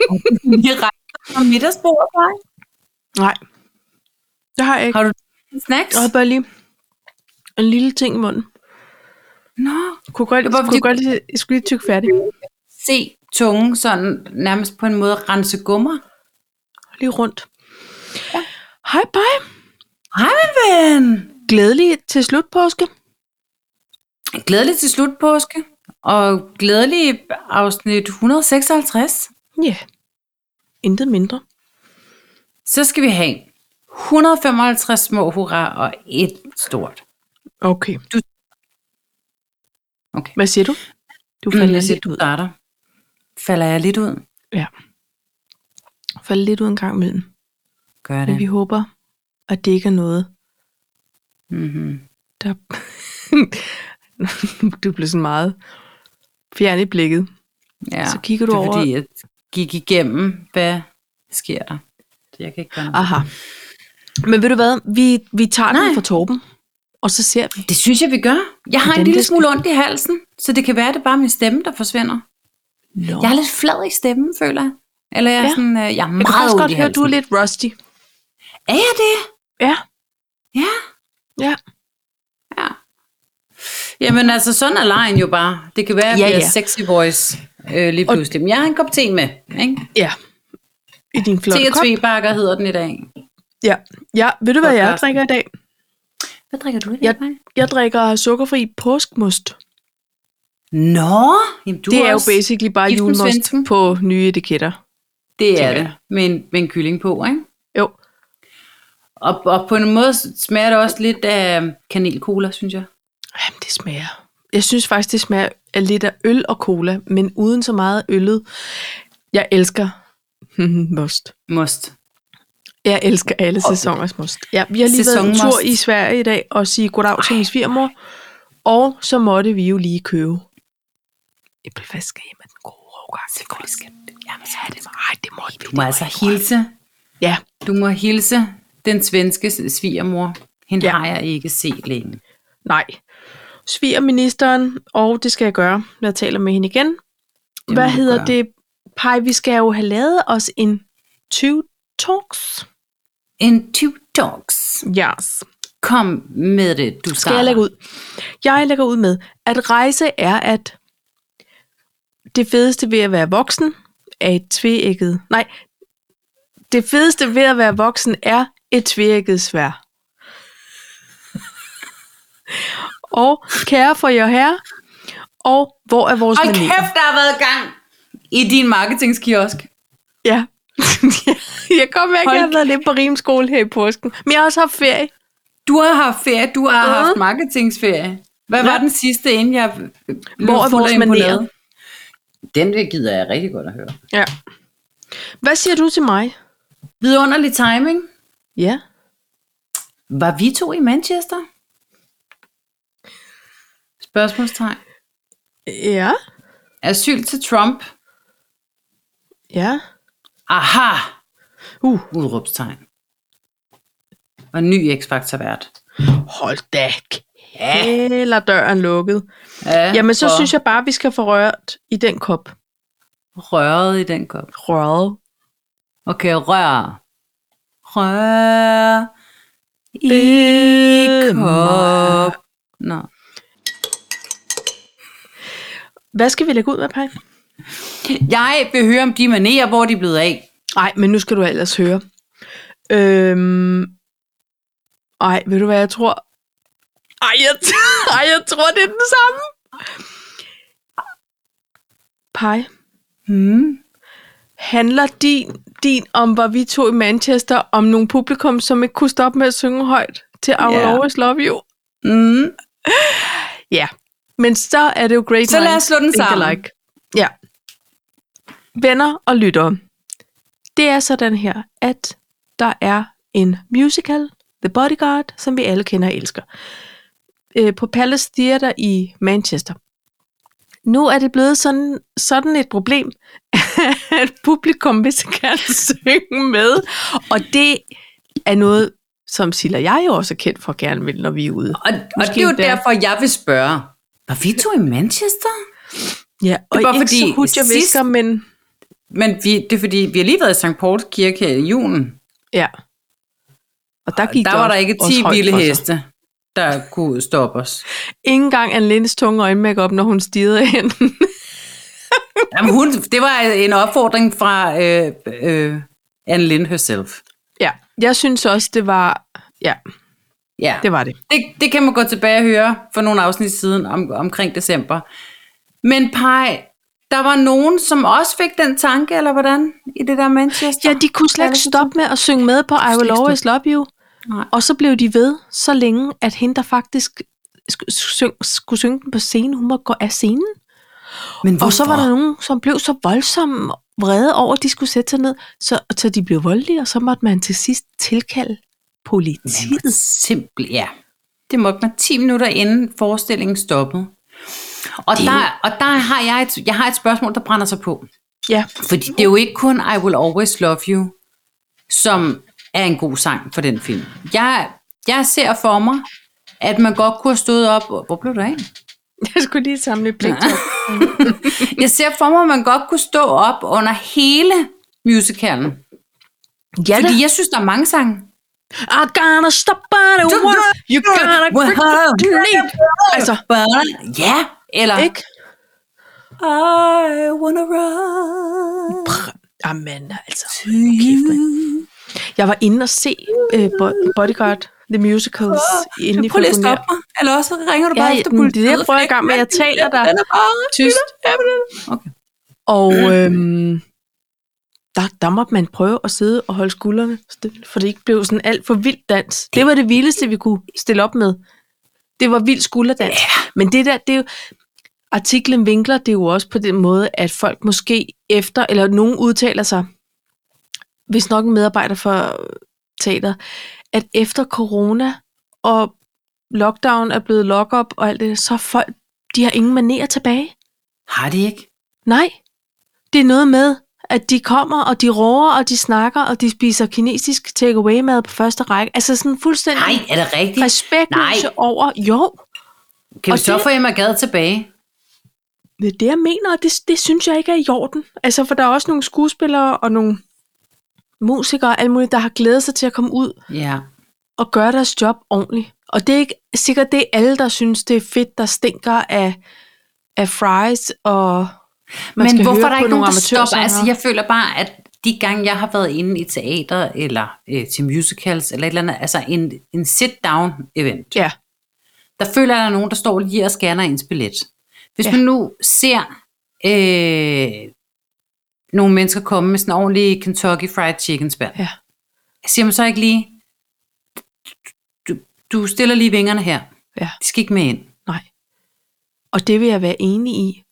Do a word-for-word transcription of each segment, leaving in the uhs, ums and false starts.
Lige rækker på middagsbordet, Paj? Nej, det har jeg ikke. Har du snacks? Jeg har bare lige en lille ting i munden. Nå. Jeg kunne godt, Det var, jeg kunne godt lige, jeg skulle lige tykke færdig. Se tungen sådan nærmest på en måde rense gummer. Lige rundt. Ja. Hej, bye. Hej, min ven. Glædelig til slutpåske. Glædelig til slutpåske. Og glædelig afsnit et hundrede seksoghalvtreds. Ja. Yeah. Intet mindre. Så skal vi have et hundrede femoghalvtreds små hurra og et stort. Okay. Du... okay. Hvad siger du? Du falder mm, lidt siger, ud. Du starter. Falder jeg lidt ud? Ja. Falder lidt ud en gang imellem. Gør det. Men vi håber, at det ikke er noget, mm-hmm. der... du bliver sådan meget fjern i blikket. Ja, så kigger du det er over... fordi, jeg gik igennem, hvad sker der? Så jeg kan ikke gøre noget. Aha. Men ved du hvad? Vi, vi tager Nej. den fra Torben, og så ser vi. Det synes jeg, vi gør. Jeg har den, en lille skal... smule ondt i halsen, så det kan være, at det er bare min stemme, der forsvinder. Nå. Jeg er lidt flad i stemmen, føler jeg. Eller jeg er, ja. sådan, jeg er meget jeg kan også godt i høre, at du er lidt rusty. Er jeg det? Ja. Ja. Ja. Ja. Jamen altså, sådan er lejen jo bare. Det kan være, at ja, jeg ja. er sexy voice øh, lige pludselig. Men jeg har en kop te med, ikke? Ja. I din flotte te og kop. tvebakker hedder den i dag. Ja. Ja, ved du, hvad jeg drikker i dag? Hvad drikker du i dag? Jeg, jeg drikker sukkerfri påskmust. Nå, jamen, du det er, er jo også basically bare julemost på nye etiketter. Det er det, med en, med en kylling på, ikke? Jo. Og, og på en måde smager det også lidt af kanelcola, synes jeg. Jamen, det smager... Jeg synes faktisk, det smager af lidt af øl og cola, men uden så meget øllet. Jeg elsker most. Most. Jeg elsker alle sæsoners most. Ja, vi har lige været en tur i Sverige i dag og sige goddag til min svigermor. Og så måtte vi jo lige købe æblefasker hjemme af den gode årgang. Selvfølgelig skal det. Jamen, så er det nej, det må vi. Du må altså hilse. Ja. Du må hilse den svenske svigermor. Hende ja. har jeg ikke set længe. Nej. Svigerministeren, og det skal jeg gøre, når jeg taler med hende igen. Det Hvad hedder gøre. det? Pej, vi skal jo have lavet os en tyve talks. En tyve talks? Yes. Kom med det, du skal jeg lægge ud. Jeg lægger ud med, at rejse er at det fedeste ved at være voksen er et tveægget. Nej, det fedeste ved at være voksen er et tveægget sværd. Og kære for jer herre, og hvor er vores maneter? Hold kæft, der har været gang i din marketingskiosk. Ja. jeg kommer ikke, jeg har været lidt på rimskole her i påsken. Men jeg har også haft ferie. Du har haft ferie, du har uh-huh. haft marketingsferie. Hvad ja. var den sidste, inden jeg hvor er vores maneter? Den gider jeg rigtig godt at høre. Ja. Hvad siger du til mig? Vidunderlig timing. Ja. Var vi to i Manchester? Spørgsmålstegn. Ja. Asyl til Trump. Ja. Aha. Uh. Udråbstegn. Og en ny X-Factor-vært. Hold da kæler døren lukket. Ja, Jamen så for... synes jeg bare, vi skal få rørt i den kop. Røret i den kop. Røret. Okay, rør. Rør i kop. Nå. Hvad skal vi lægge ud med, Paj? Jeg vil høre om de manerer, hvor de er blevet af. Nej, men nu skal du ellers høre. Øhm... Ej, ved du hvad jeg tror? Ej, jeg, t- Ej, jeg tror, det er den samme. Paj. Hmm. Handler din, din om, hvor vi to i Manchester, om nogle publikum, som ikke kunne stoppe med at synge højt til I Will Yeah. Always Love You? Mm. Ja, men så er det jo great. Så lad os slå den sammen. Like. Ja. Venner og lyttere. Det er sådan her, at der er en musical, The Bodyguard, som vi alle kender og elsker, øh, på Palace Theatre i Manchester. Nu er det blevet sådan, sådan et problem, at publikum vil så gerne synge med, og det er noget, som Silla og jeg jo også er kendt for gerne vil, når vi er ude. Og, og det er jo der... derfor, jeg vil spørge, var vi to i Manchester? Ja, og det var ikke fordi så hurtigt jeg visker, men... Men vi, det er fordi, vi har lige været i Sankt Pauls Kirke i julen. Ja. Og der gik der det var også, der ikke også ti højt vilde for sig. heste, der kunne stoppe os. Ingen engang Anne Lindes tunge øjenmakeup, når hun stirrede hen. Jamen, hun, det var en opfordring fra øh, øh, Anne Lind herself. Ja, jeg synes også, det var... Ja, Ja, det var det. det. Det kan man gå tilbage og høre for nogle afsnit siden om, omkring december. Men Paj, der var nogen, som også fik den tanke, eller hvordan, i det der Manchester? Ja, de kunne slet ikke stoppe med at synge med på I Will Always Love You. Nej. Og så blev de ved så længe, at hende, der faktisk syng, skulle synge den på scenen, hun måtte gå af scenen. Men og så var der nogen, som blev så voldsomt vrede over, at de skulle sætte sig ned, så, så de blev voldelige, og så måtte man til sidst tilkalde politiet. Simpelt, ja. Det måtte man ti minutter inden forestillingen stoppede. Og, det... der, og der har jeg et, jeg har et spørgsmål, der brænder sig på. Ja. Fordi det er jo ikke kun I Will Always Love You, som er en god sang for den film. Jeg, jeg ser for mig, at man godt kunne have stået op... Hvor blev du af? Jeg skulle lige samle et pligt. Jeg ser for mig, at man godt kunne stå op under hele musicalen. Ja, fordi da. jeg synes, der er mange sange. I gotta stop by the world. You gotta leave. Altså. Ja, eller... Ikke? I wanna run. Amen, altså. Kæft, jeg var inde og se uh, Bodyguard, The Musicals, oh, inde i Prøv lige at stoppe mig, eller også ringer du bare ja, efter politiet. Det er det, jeg prøver i gang med. Jeg taler der tyst. Okay. Og øhm, der, der måtte man prøve at sidde og holde skuldrene stille, for det ikke blev sådan alt for vildt dans. Det var det vildeste, vi kunne stille op med. Det var vild skulderdans. Men det der, det er jo... Artiklen vinkler det jo også på den måde, at folk måske efter, eller nogen udtaler sig, hvis nok en medarbejder for teater, at efter corona og lockdown er blevet lock-up og alt det, så folk, de har ingen manerer tilbage. Har de ikke? Nej. Det er noget med, at de kommer, og de roer, og de snakker, og de spiser kinesisk takeaway-mad på første række. Altså sådan fuldstændig... Nej, er det rigtigt? Respektløse over... Jo. Kan vi så få Emma Gad tilbage? Det er det, jeg mener, og det, det synes jeg ikke er i orden. Altså, for der er også nogle skuespillere og nogle musikere og alt muligt, der har glædet sig til at komme ud ja. og gøre deres job ordentligt. Og det er ikke sikkert, det er alle, der synes, det er fedt, der stinker af, af fries, og man Men skal hvorfor høre er der på ikke nogle nogen, der stopper? amatørsanger? Altså, jeg føler bare, at de gange, jeg har været inde i teater, eller øh, til musicals, eller et eller andet, altså en, en sit-down event, ja. der føler jeg, at der er nogen, der står lige og scanner ens billet. Hvis ja. man nu ser øh, nogle mennesker komme med sådan en ordentlig Kentucky Fried Chicken spand, ja. siger man så ikke lige, du, du stiller lige vingerne her. Ja. De skal ikke med ind. Nej. Og det vil jeg være enig i,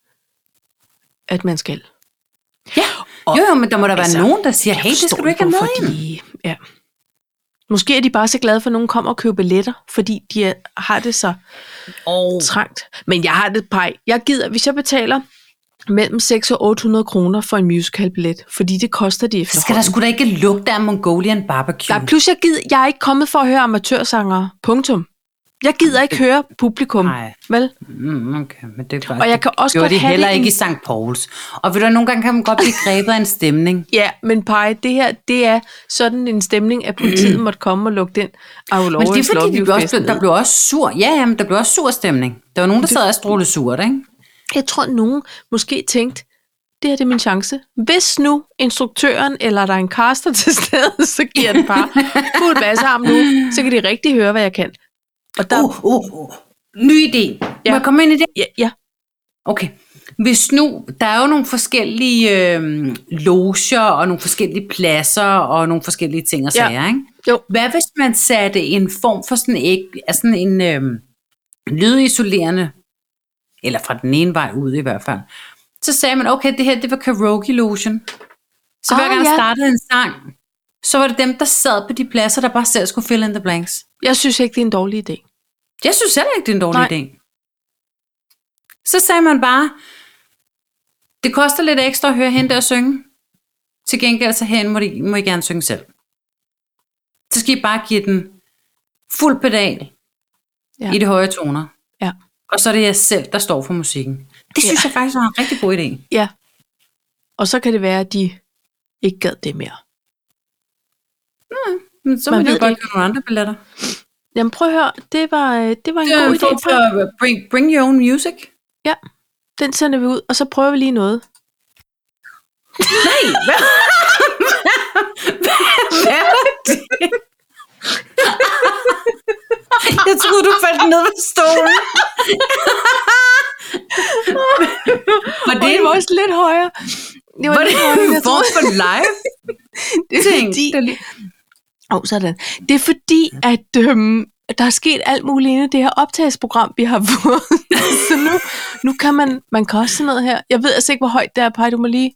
at man skal. Ja, og, jo, jo, men der må der altså, være nogen, der siger, hey, det skal du ikke have med fordi, ind. Ja. Måske er de bare så glade for, at nogen kommer og køber billetter, fordi de er, har det så oh. trangt. Men jeg har det pej. Jeg gider, hvis jeg betaler mellem seks og otte hundrede kroner for en musicalbillet, fordi det koster de efterhånden. Så skal der sgu da ikke lugte af Mongolian barbecue. Der, plus jeg gider, jeg er ikke kommet for at høre amatørsangere. Punktum. Jeg gider ikke høre publikum. Nej. Vel? Mm, okay, men det er godt. Og jeg kan også det godt de have heller det ikke en... i Sankt Pauls. Og ved du, nogle gange kan man godt blive grebet af en stemning. Ja, men Paj, det her, det er sådan en stemning, at politiet måtte komme og lukke den. Men det er fordi, de blev også, der blev også sur. Ja, ja, men der blev også sur stemning. Der var nogen, der sad og strålede surt, ikke? Jeg tror, at nogen måske tænkte, det her det er min chance. Hvis nu instruktøren eller der er en caster til stede, så giver den bare fuld bassarm nu, så kan de rigtig høre, hvad jeg kan. Og der... Uh, uh, uh. Ny idé. Ja. Må jeg komme ind i det? Ja. ja. Okay. Hvis nu, der er jo nogle forskellige øh, loger, og nogle forskellige pladser, og nogle forskellige ting og sager, ja. Ikke? Jo. Hvad hvis man satte en form for sådan, ikke, altså sådan en øh, lydisolerende, eller fra den ene vej ud i hvert fald, så sagde man, okay, det her, det var karaoke-logen. Så hver oh, gang ja. jeg startede en sang, så var det dem, der sad på de pladser, der bare selv skulle fill in the blanks. Jeg synes ikke, det er en dårlig idé. Jeg synes heller ikke, det er en dårlig Nej. idé. Så sagde man bare, det koster lidt ekstra at høre hende der synge. Til gengæld så herinde må, de, må I gerne synge selv. Så skal I bare give den fuld pedal ja. i de høje toner. Ja. Og så er det jeg selv, der står for musikken. Det synes ja. jeg faktisk var en rigtig god idé. Ja. Og så kan det være, at de ikke gad det mere. Men så Man må de ved jo bare det købe nogle andre billetter. Jamen prøv at høre, det var, øh, det var en Det er god en idé. form for bring, bring your own music. Ja, den sender vi ud, og så prøver vi lige noget. Nej, hvad? Hvad var det? Jeg troede, du faldt ned ved stolen. Var Og det var også lidt højere. Det var, var lidt det højere, end en jeg form troede. for live? Det er Ting, fordi, der lige- Åh, oh, sådan. Det er fordi, at øhm, der er sket alt muligt inde i det her optagelsesprogram, vi har fået. Så nu, nu kan man, man kan også sådan noget her. Jeg ved altså ikke, hvor højt det er, Paj, du må lige.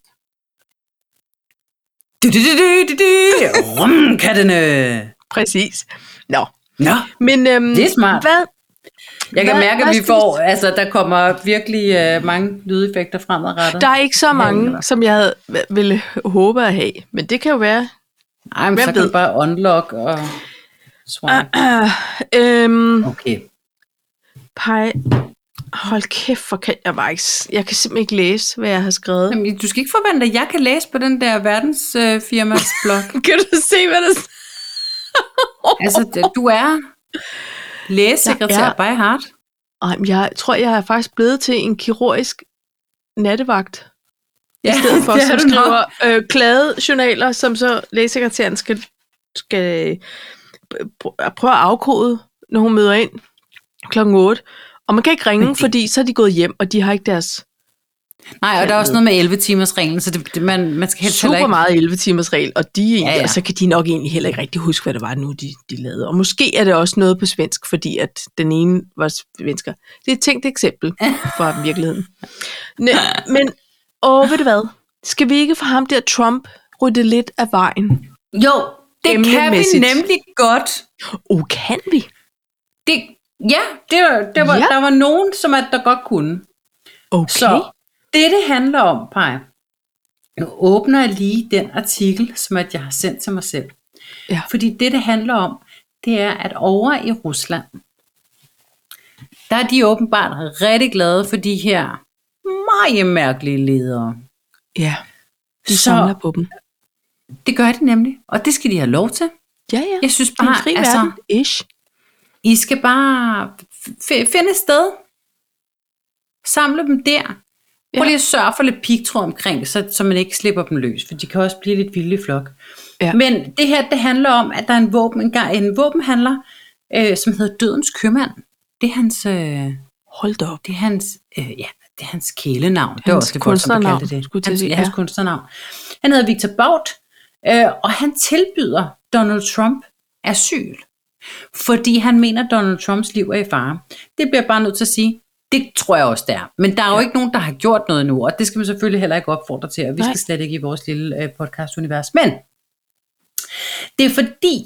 Du, du, du, du, du, du. Rumkattene. Præcis. Nå, Nå, men øhm, Det er smart. Hvad? jeg kan Hvad- mærke, hvad at vi skal får, altså der kommer virkelig uh, mange lydeffekter fremadrettet. Der er ikke så Ja, mange, eller- som jeg havde, ville håbe at have. Men det kan jo være. Ej, men Hvem så kan ved? du bare unlock og swipe. Uh, øhm, Okay. Pej, hold kæft, for kan jeg bare ikke. s- Jeg kan simpelthen ikke læse, hvad jeg har skrevet. Jamen, du skal ikke forvente, at jeg kan læse på den der verdensfirmas øh, blog. Kan du se, hvad der står? Altså, det- du er lægesekretær Jeg er- by heart. Ej, men jeg tror, jeg er faktisk blevet til en kirurgisk nattevagt. Ja, I stedet for, det er som du nok. skriver øh, klade journaler, som så lægesekretæren skal, skal pr- prøve at afkode, når hun møder ind klokken otte. Og man kan ikke ringe, Men de- fordi så er de gået hjem, og de har ikke deres Nej, og der er også noget med elleve timers reglen, så det, det, man, man skal helst heller super ikke... meget elleve timers regel, og de, Ja, ja, ja. ja. så kan de nok egentlig heller ikke rigtig huske, hvad det var nu, de, de lavede. Og måske er det også noget på svensk, fordi at den ene var svensker. Det er et tænkt eksempel fra virkeligheden. Næ, men, åh, ved du hvad? Skal vi ikke få ham der Trump rydde lidt af vejen? Jo, det kan vi Emnemæssigt. nemlig godt. Åh, oh, kan vi? Det, ja, det var, det var, Ja. der var nogen, som at der godt kunne. Okay. Så det, det handler om, Paj, nu åbner jeg lige den artikel, som at jeg har sendt til mig selv. Ja. Fordi det, det handler om, det er, at over i Rusland, der er de åbenbart rigtig glade for de her meget mærkelige ledere. Ja, de Så- samler på dem. Det gør de nemlig, og det skal de have lov til. Ja, ja. Jeg synes Det er en bare, fri altså, verden. Ish. I skal bare f- finde et sted. Samle dem der. Prøv Ja. lige at sørge for lidt pigtråd omkring, så, så man ikke slipper dem løs, for de kan også blive lidt vilde i flok. Ja. Men det her, det handler om, at der er en, våben, en, gang- en våbenhandler, øh, som hedder Dødens Købmand. Det er hans, øh, Hold da op. det er hans, øh, ja, det er hans kælenavn. Det er Hans også lidt voldsomt at kunstnernavn, kalde det. skulle jeg til at Hans, sige, ja, hans ja. kunstnernavn. Han hedder Victor Bout, øh, og han tilbyder Donald Trump asyl, fordi han mener, at Donald Trumps liv er i fare. Det bliver jeg bare nødt til at sige. Det tror jeg også, det er. Men der er jo Ja. ikke nogen, der har gjort noget nu, og det skal man selvfølgelig heller ikke opfordre til, og vi Nej. skal slet ikke i vores lille øh, podcast-univers. Men det er fordi,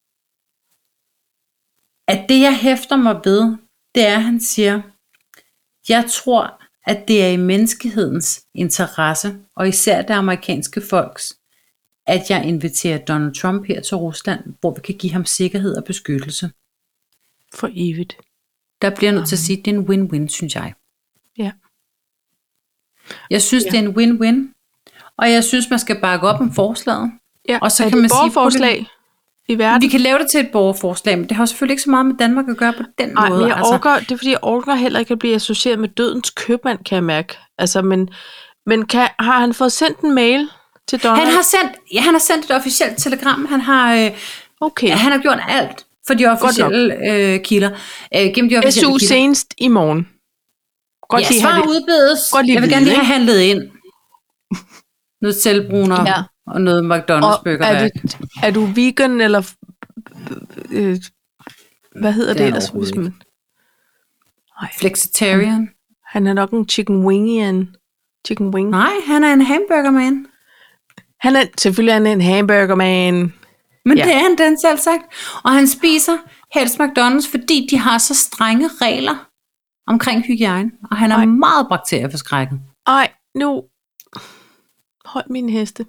at det, jeg hæfter mig ved, det er, at han siger, jeg tror, at det er i menneskehedens interesse, og især det amerikanske folks, at jeg inviterer Donald Trump her til Rusland, hvor vi kan give ham sikkerhed og beskyttelse. For evigt. Der bliver jeg nødt til at sige, at det er en win-win, synes jeg. Ja. Jeg synes, Ja. det er en win-win, og jeg synes, man skal bakke op om forslaget. Ja. Og så er kan det man et sige, borgerforslag i verden? Vi kan lave det til et borgerforslag, men det har jo selvfølgelig ikke så meget med Danmark at gøre på den Nej, måde. men jeg orker, det er fordi, jeg orker heller ikke at blive associeret med dødens købmand, kan jeg mærke. Altså, men, men kan, har han fået sendt en mail til Donald? Han har sendt, ja, han har sendt et officielt telegram. Han har, øh, Okay. han har gjort alt for de officielle øh, kilder. Øh, gennem de officielle S U kilder. senest i morgen. Godt Ja, lige svar have det. udbedes. Godt lige Jeg vil vide, gerne lige ikke? have handlet ind. Noget selvbruner Ja. ja. og noget Og McDonald's er, burgerværk. det, er du vegan, eller øh, hvad hedder Det det er ellers? overhovedet Hvis man, nej, Flexitarian. han er nok en chicken wingian. Chicken wing. Nej, han er en hamburgerman. Han er selvfølgelig han er en hamburgerman. Men Ja. ja. det er han den selv sagt. Og han spiser helst McDonald's, fordi de har så strenge regler omkring hygiejne. Og han er Ej. meget bakterieforskrækket. Ej, nu hold min heste.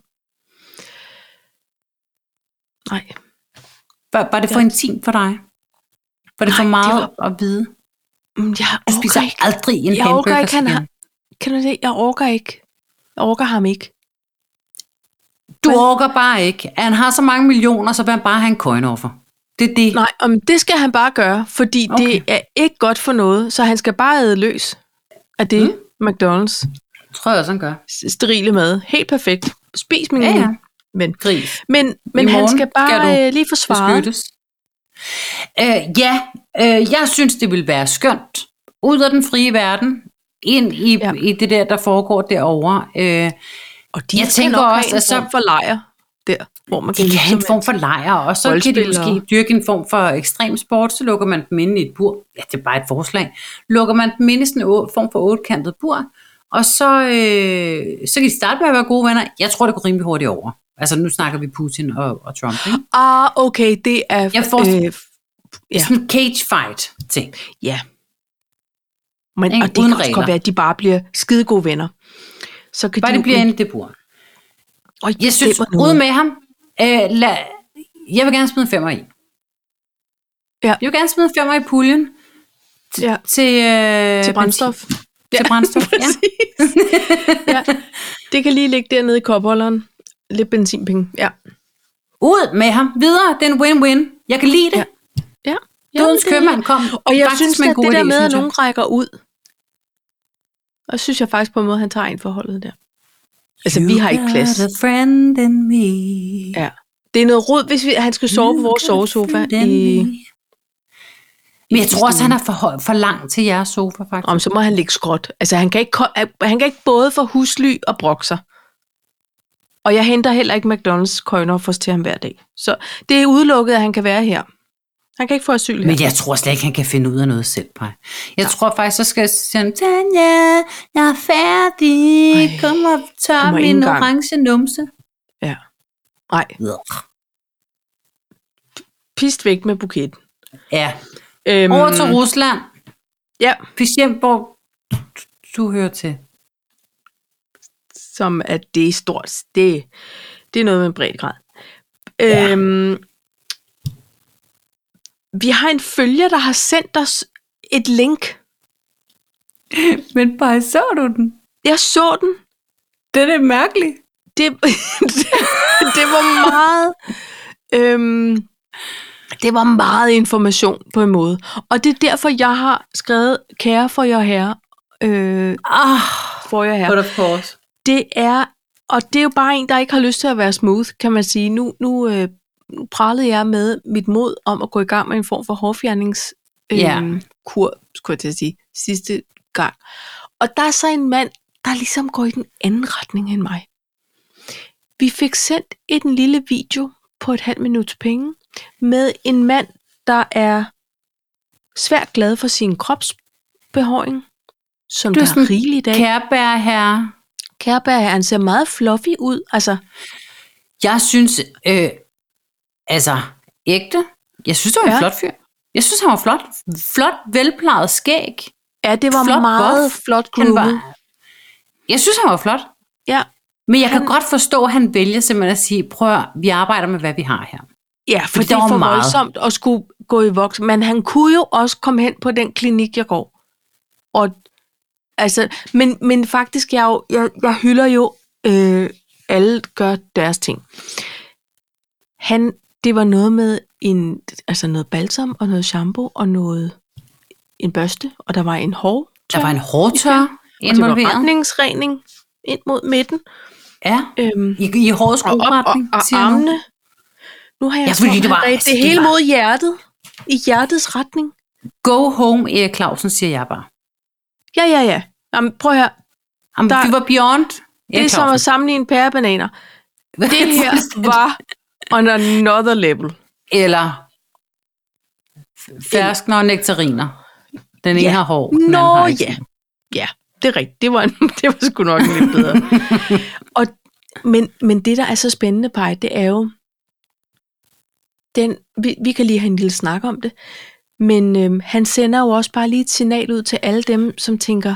Nej. Var, var det for Ja. intimt for dig? Var det Nej, for det meget at vide? Mm, Jeg Du spiser orker ikke. aldrig en Jeg hamburger orker ikke, han igen. har, kan du se, jeg orker ikke. Jeg orker ham ikke. Du orker bare ikke. Han har så mange millioner, så vil han bare have en coin-offer. Det er det. Nej, om det skal han bare gøre, fordi okay. det er ikke godt for noget, så han skal bare æde løs af det mm. McDonald's. Tror jeg også, han gør. Sterile mad. Helt perfekt. Spis min ja, ja. Men, Gris. men, men han skal bare skal lige forsvare. Uh, ja, uh, jeg synes, det vil være skønt. Ud af den frie verden, ind i, ja. i det der, der foregår derovre. Uh, og de jeg tænker også, at så for lejr der, hvor man kan de kan have en form for lejr, og så kan de måske dyrke en form for ekstrem sport, så lukker man dem inde i et bur. Ja, det er bare et forslag. Lukker man dem inde i sådan en form for ottekantet bur, og så, øh, så kan de starte med at være gode venner. Jeg tror, det går rimelig hurtigt over. Altså, nu snakker vi Putin og, og Trump, ikke? Ah, okay, det er... Jeg får øh, ja. sådan en cage fight ting. Ja. Men, og det kan også godt være, at de bare bliver skide gode venner. Så kan bare de det bliver inde i det bur. Og jeg synes, ud med ham, øh, la, jeg vil gerne smide en femmer i. Ja. Jeg vil gerne smide en femmer i puljen til, ja. til, øh, til brændstof. Ja. Til brændstof, ja. ja. Det kan lige ligge dernede i kopholderen. Lidt benzinpenge, ja. Ud med ham, videre, det er en win-win. Jeg kan lide det. Ja. ja. Dødens købmand kom. Og jeg synes, at det der med, at nogen rækker ud, og synes jeg faktisk på en måde, han tager ind forholdet der. Altså, you vi har ikke plads. A friend in me. Ja. Det er noget rod, hvis vi, han skal sove you på vores sovesofa. I... Men jeg tror også, han er for, for langt til jeres sofa, faktisk. Om så må han ligge skråt. Altså, han kan ikke, han kan ikke både få husly og brokser. Og jeg henter heller ikke McDonald's coin-offers til ham hver dag. Så det er udelukket, at han kan være her. Han kan ikke få asyl her. Men jeg tror slet ikke, han kan finde ud af noget selv, Paj. Jeg ja. tror faktisk, så skal jeg sige, Tanja, jeg er færdig. Ej, kom og tør min orange numse. Ja. Nej. Pist væk med buketten. Ja. Øhm, Over til Rusland. Ja. Pist hjem, hvor du hører til. Som at det er stort. Det, det er noget med en bred grad. Ja. Øhm, vi har en følger, der har sendt os et link. Men bare så du den? Jeg så den. Den er mærkelig. Det, det, det var meget... Øhm, det var meget information på en måde. Og det er derfor, jeg har skrevet kære for jer herre. Øh, ah, for jer herre. But of course. Det er, og det er jo bare en, der ikke har lyst til at være smooth, kan man sige. Nu, nu, øh, nu pralede jeg med mit mod om at gå i gang med en form for hårfjernings øh, yeah. kur, skulle jeg til at sige, sidste gang. Og der er så en mand, der ligesom går i den anden retning end mig. Vi fik sendt et en lille video på et halvt minuts penge, med en mand, der er svært glad for sin kropsbehåring, som der er rigelig i dag. Kærbær her. Kærbær her, han ser meget fluffy ud. Altså. Jeg synes, øh, altså, ægte, jeg synes, det var en ja. flot fyr. Jeg synes, han var flot. Flot, velplejet skæg. Ja, det var flot meget buff. Flot groomet. Jeg synes, han var flot. Ja. Men jeg han, kan godt forstå, at han vælger simpelthen at sige, prøv at, vi arbejder med, hvad vi har her. Ja, for, for det er for meget. voldsomt at skulle gå i voks. Men han kunne jo også komme hen på den klinik, jeg går. Og, altså, men, men faktisk, jeg, jo, jeg, jeg hylder jo, øh, alle gør deres ting. Han, det var noget med en, altså noget balsam og noget shampoo og noget, en børste, og der var en hårtør. Der var en hårtør involveret. Og det var retningsregning ind mod midten. Ja, øhm, i, i hårets skrueretning, og, og, og armene. Nu har jeg ja, fordi det, var, det, altså, det hele det var... mod hjertet. I hjertets retning. Go home, Erik Clausen, siger jeg bare. Ja, ja, ja. Jamen, prøv her. Jamen, der, det var beyond. Det er som at sammenligne pærebananer. Det her var on another level. Eller ferskner og nektariner. Den ene ja. har hår. Nå, har ja. Ja, det er rigtigt. Det var, det var sgu nok lidt bedre. og, men, men det, der er så spændende, Paj, det er jo, den, vi, vi kan lige have en lille snak om det, men øhm, han sender jo også bare lige et signal ud til alle dem, som tænker,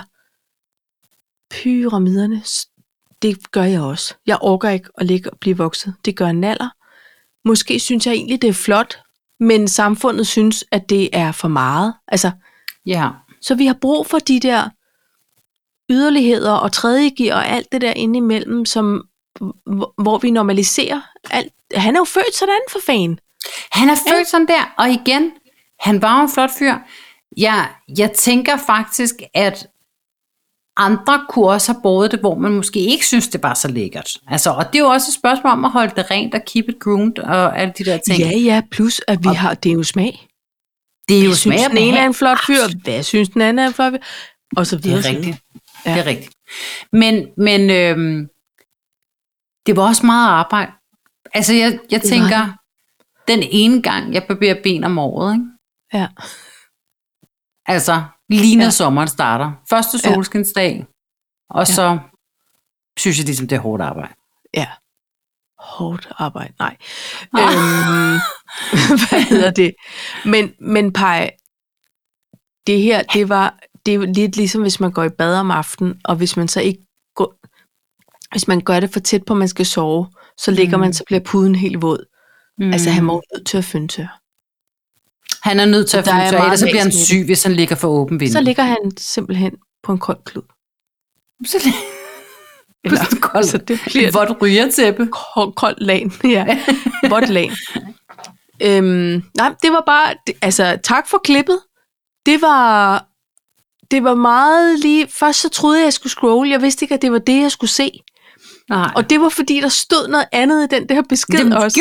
pyramiderne, det gør jeg også. Jeg orker ikke at ligge og blive vokset. Det gør en alder. Måske synes jeg egentlig, det er flot, men samfundet synes, at det er for meget. Altså, ja. Så vi har brug for de der yderligheder og tredjegear og alt det der indimellem, som hvor, hvor vi normaliserer alt. Han er jo født sådan for fanden. Han er født sådan der, og igen, han var jo en flot fyr. Jeg, jeg tænker faktisk, at andre kunne også have båret det, hvor man måske ikke synes, det var så lækkert. Altså, og det er jo også et spørgsmål om at holde det rent og keep it groomed og alle de der ting. Ja, ja, plus at vi og har, det er jo smag. Det er jo jeg smag. Synes den ene er en flot fyr, hvad synes den anden er en flot fyr? Og så videre. Det er rigtigt. Ja. Det er rigtigt. Men, men øhm, det var også meget arbejde. Altså, jeg, jeg tænker, den ene gang, jeg barberer ben om året, ikke? Ja. Altså, lige når ja. sommeren starter. Første solskinsdag, og ja. så synes jeg ligesom, det er hårdt arbejde. Ja. Hårdt arbejde, nej. Ah. Øhm, hvad hedder det? Men, men Paj, det her, det var, det er lidt ligesom, hvis man går i bad om aftenen, og hvis man så ikke går, hvis man gør det for tæt på, at man skal sove, så ligger mm. man, så bliver puden helt våd. Mm. Altså, han må nødt til at fyndtøre. Han er nødt til at fyndtøre, ellers så bliver han syg, hvis han ligger for åben vindue. Så ligger han simpelthen på en kold klud. Så Eller, kold, så det bliver et vådt rygertæppe. Kold, kold lagen, ja. Vådt lagen. øhm, nej, det var bare, det, altså tak for klippet. Det var, det var meget lige, først så troede jeg, jeg skulle scrolle. Jeg vidste ikke, at det var det, jeg skulle se. Nej. Og det var fordi, der stod noget andet i den der besked det, også.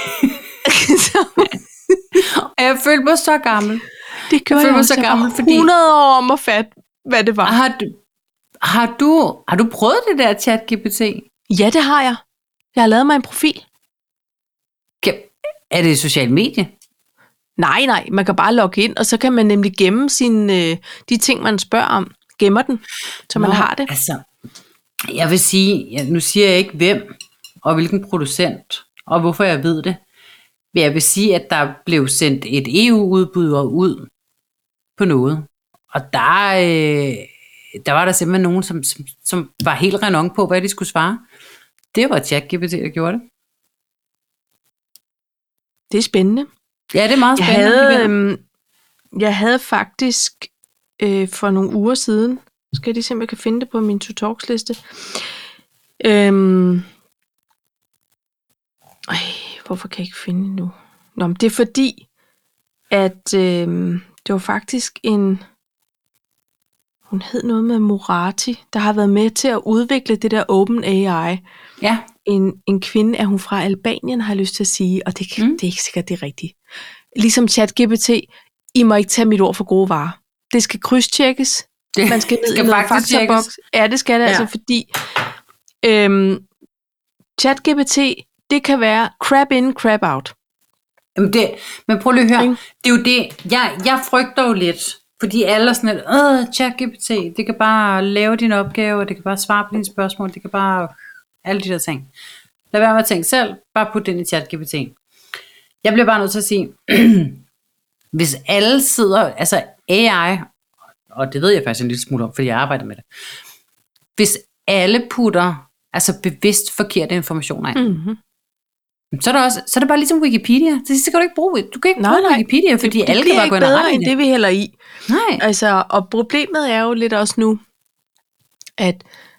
Og jeg følte mig så gammel. Det gjorde jeg, jeg også. Så gammel, fordi hundrede år om at fatte, hvad det var. Har du, har du, har du prøvet det der ChatGPT? Ja, det har jeg. Jeg har lavet mig en profil. Er det et socialt medie? Nej, nej. Man kan bare logge ind, og så kan man nemlig gemme sine, øh, de ting, man spørger om. Gemmer den, så Nå, man har det. Altså, jeg vil sige, nu siger jeg ikke hvem, og hvilken producent, og hvorfor jeg ved det. Men jeg vil sige, at der blev sendt et E U-udbyder ud på noget. Og der, øh, der var der simpelthen nogen, som, som, som var helt renon på, hvad de skulle svare. Det var ChatGPT, der gjorde det. Det er spændende. Ja, det er meget spændende. Jeg havde, øhm, jeg havde faktisk øh, for nogle uger siden, skal jeg lige se, om jeg kan finde det på min to-talks-liste. Øhm, øh, hvorfor kan jeg ikke finde det nu? Nå, men det er fordi, at øh, det var faktisk en, hun hed noget med Morati, der har været med til at udvikle det der OpenAI. Ja. En, en kvinde, er hun fra Albanien, har jeg lyst til at sige, og det, mm. det er ikke sikkert, det er rigtigt. Ligesom ChatGPT, I må ikke tage mit ord for gode varer. Det skal krydstjekkes. Det Man skal ned skal i noget faktaboks. Ja, det skal det ja. altså, fordi øhm, ChatGPT, det kan være crap in, crap out. Jamen det, men prøv lige at høre, mm. det er jo det, jeg, jeg frygter jo lidt, fordi alle er sådan lidt, åh, ChatGPT, det kan bare lave dine opgaver, det kan bare svare på dine spørgsmål, det kan bare, alle de der ting. Lad være med at tænke selv, bare put den i ChatGPT. Jeg bliver bare nødt til at sige, hvis alle sidder, altså A I, og det ved jeg faktisk en lille smule om, fordi jeg arbejder med det, hvis alle putter, altså bevidst forkerte informationer ind, mm-hmm. Så er, der også, så er det bare ligesom Wikipedia. Så, så kan du ikke bruge, du kan ikke nej, bruge nej. Wikipedia, fordi det, alle det kan bare gå ind og rette i det. Det vi heller i. Nej. Altså, og problemet er jo lidt også nu, at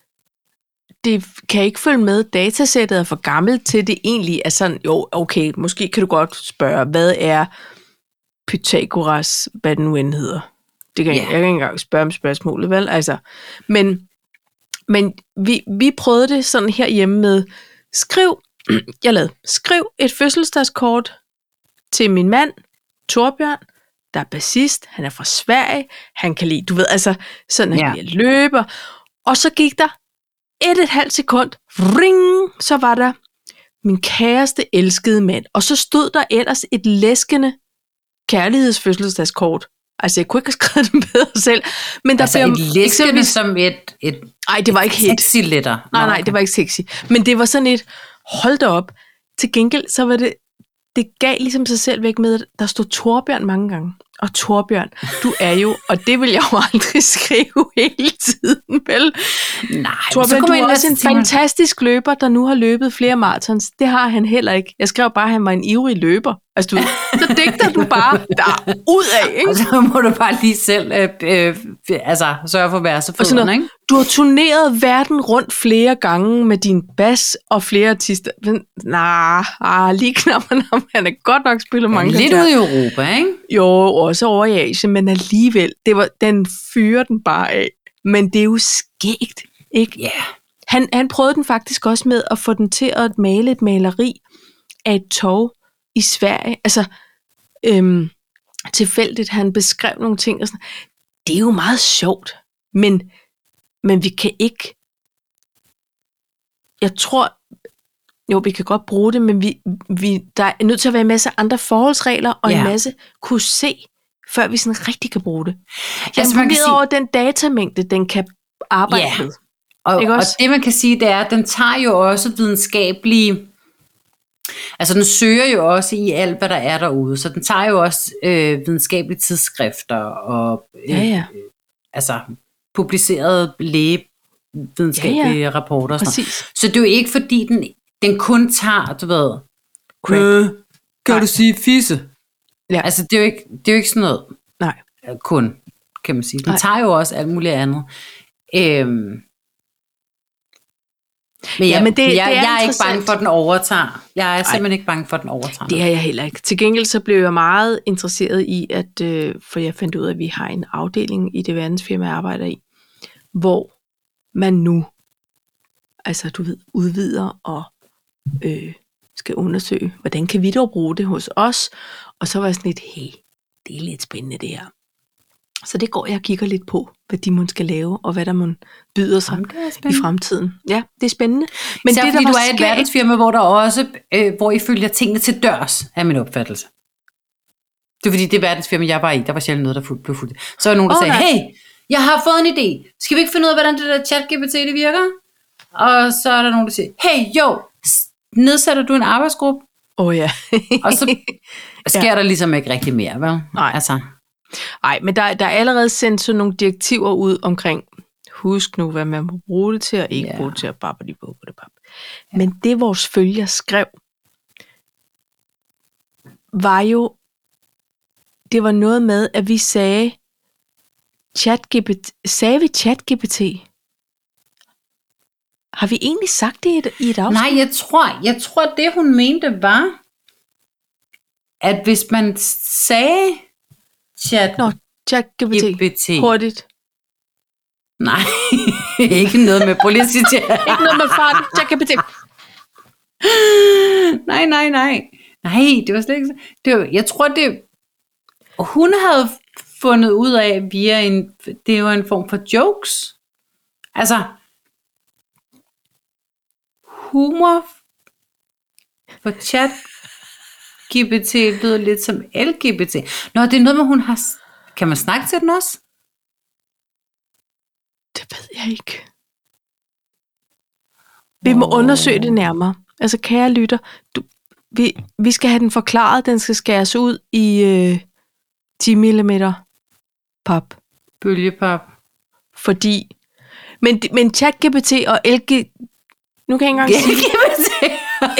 det kan ikke følge med. Datasættet er for gammelt til det egentlig er sådan, jo, okay, måske kan du godt spørge, hvad er Pythagoras, hvad den nu end hedder. Det kan yeah. jeg, jeg kan ikke engang spørge om spørgsmålet, vel? Altså, men men vi, vi prøvede det sådan herhjemme med, skriv Jeg lavede, skriv et fødselsdagskort til min mand, Torbjørn, der er bassist, han er fra Sverige, han kan lide, du ved, altså, sådan han ja. løber. Og så gik der et et halvt sekund, ring, så var der min kæreste elskede mand. Og så stod der ellers et læskende kærlighedsfødselsdagskort. Altså, jeg kunne ikke have skrevet det bedre selv. Men der altså blev, et læskende som et... et nej, det var ikke helt... Sexy letter. Nej, nej, det var ikke sexy. Men det var sådan et... Hold da op. Til gengæld, så var det, det gav ligesom sig selv væk med, at der stod Torbjørn mange gange. Og Torbjørn, du er jo, og det vil jeg jo aldrig skrive hele tiden, vel? Nej, Torbjørn, du er også en tænker, fantastisk løber, der nu har løbet flere marathons. Det har han heller ikke. Jeg skrev bare, at han var en ivrig løber. Altså, du, så digter du bare der ud af, ikke? Og så må du bare lige selv øh, øh, altså, sørge for at være så fødderne, ikke? Du har turneret verden rundt flere gange med din bas og flere artister. Men, nej, nah, lige knapperne om, han er godt nok spillet mange gange. Lidt ude i Europa, ikke? Jo, også over i Asien, men alligevel, det var, den fyrer den bare af. Men det er jo skægt, ikke? Ja. Yeah. Han, han prøvede den faktisk også med at få den til at male et maleri af et tog i Sverige. Altså, øhm, tilfældigt, han beskrev nogle ting og sådan. Det er jo meget sjovt, men, men vi kan ikke... Jeg tror... Jo, vi kan godt bruge det, men vi, vi, der er nødt til at være en masse andre forholdsregler og ja. en masse kunne se, før vi sådan rigtig kan bruge det. Jeg altså, er imponeret sige... over den datamængde, den kan arbejde ja. med. Og, og det man kan sige, det er, at den tager jo også videnskabelige... Altså den søger jo også i alt, hvad der er derude. Så den tager jo også øh, videnskabelige tidsskrifter og øh, ja, ja. Øh, altså publicerede lægevidenskabelige ja, ja. rapporter. Og sådan. Så det er jo ikke fordi, den, den kun tager, du ved... Øh, kan Nej. du sige fisse? Ja. Altså det er, jo ikke, det er jo ikke sådan noget. Nej. Kun, kan man sige. Den Nej. tager jo også alt muligt andet. Øhm, Men, jeg, ja, men det, jeg, det er jeg er ikke bange for, at den overtager. Jeg er simpelthen Ej, ikke bange for, at den overtager. Det er jeg heller ikke. Til gengæld så blev jeg meget interesseret i, at, øh, for jeg fandt ud af, at vi har en afdeling i det verdensfirma, jeg arbejder i, hvor man nu, altså du ved, udvider og øh, skal undersøge, hvordan kan vi dog bruge det hos os. Og så var jeg sådan lidt, hey, det er lidt spændende det her. Så det går jeg og kigger lidt på, hvad de må skal lave, og hvad der må byder sig i fremtiden. Ja, det er spændende. Men så det, fordi der du er et verdensfirma, hvor der også, øh, hvor I følger tingene til dørs, er min opfattelse. Det er fordi, det verdensfirma, jeg var i, der var sjældent noget, der blev fuldt. Så var der nogen, der oh, sagde, nej. hey, jeg har fået en idé. Skal vi ikke finde ud af, hvordan det der ChatGPT det virker? Og så er der nogen, der siger, hey, jo, nedsætter du en arbejdsgruppe? Åh oh, ja. Og så sker ja. der ligesom ikke rigtig mere, vel? Nej. Altså... Nej, men der, der er allerede sendt sådan nogle direktiver ud omkring, husk nu, hvad man må bruge det til, og ikke yeah. bruge det til at bare det på det bare. Men det vores følger skrev, var jo, det var noget med, at vi sagde, ChatGPT, sagde vi ChatGPT? Har vi egentlig sagt det i et, i et afsnit? Nej, jeg tror, jeg tror, det hun mente var, at hvis man sagde, Chat. Nå, ChatGPT. Hurtigt. Nej, ikke noget med politik. Ikke noget med fart. ChatGPT. nej, nej, nej. Nej, det var slet ikke det var, jeg tror, det... Hun havde fundet ud af via en... Det var en form for jokes. Altså... Humor for chat G P T lyder lidt som L G B T. Nå, det er noget med, hun har... Kan man snakke til den også? Det ved jeg ikke. Vi må oh. undersøge det nærmere. Altså, kære lytter, du, vi, vi skal have den forklaret. Den skal skæres ud i øh, ti millimeter pap. Bølgepap. Fordi... Men, men ChatGPT og L G... Nu kan jeg ikke engang sige...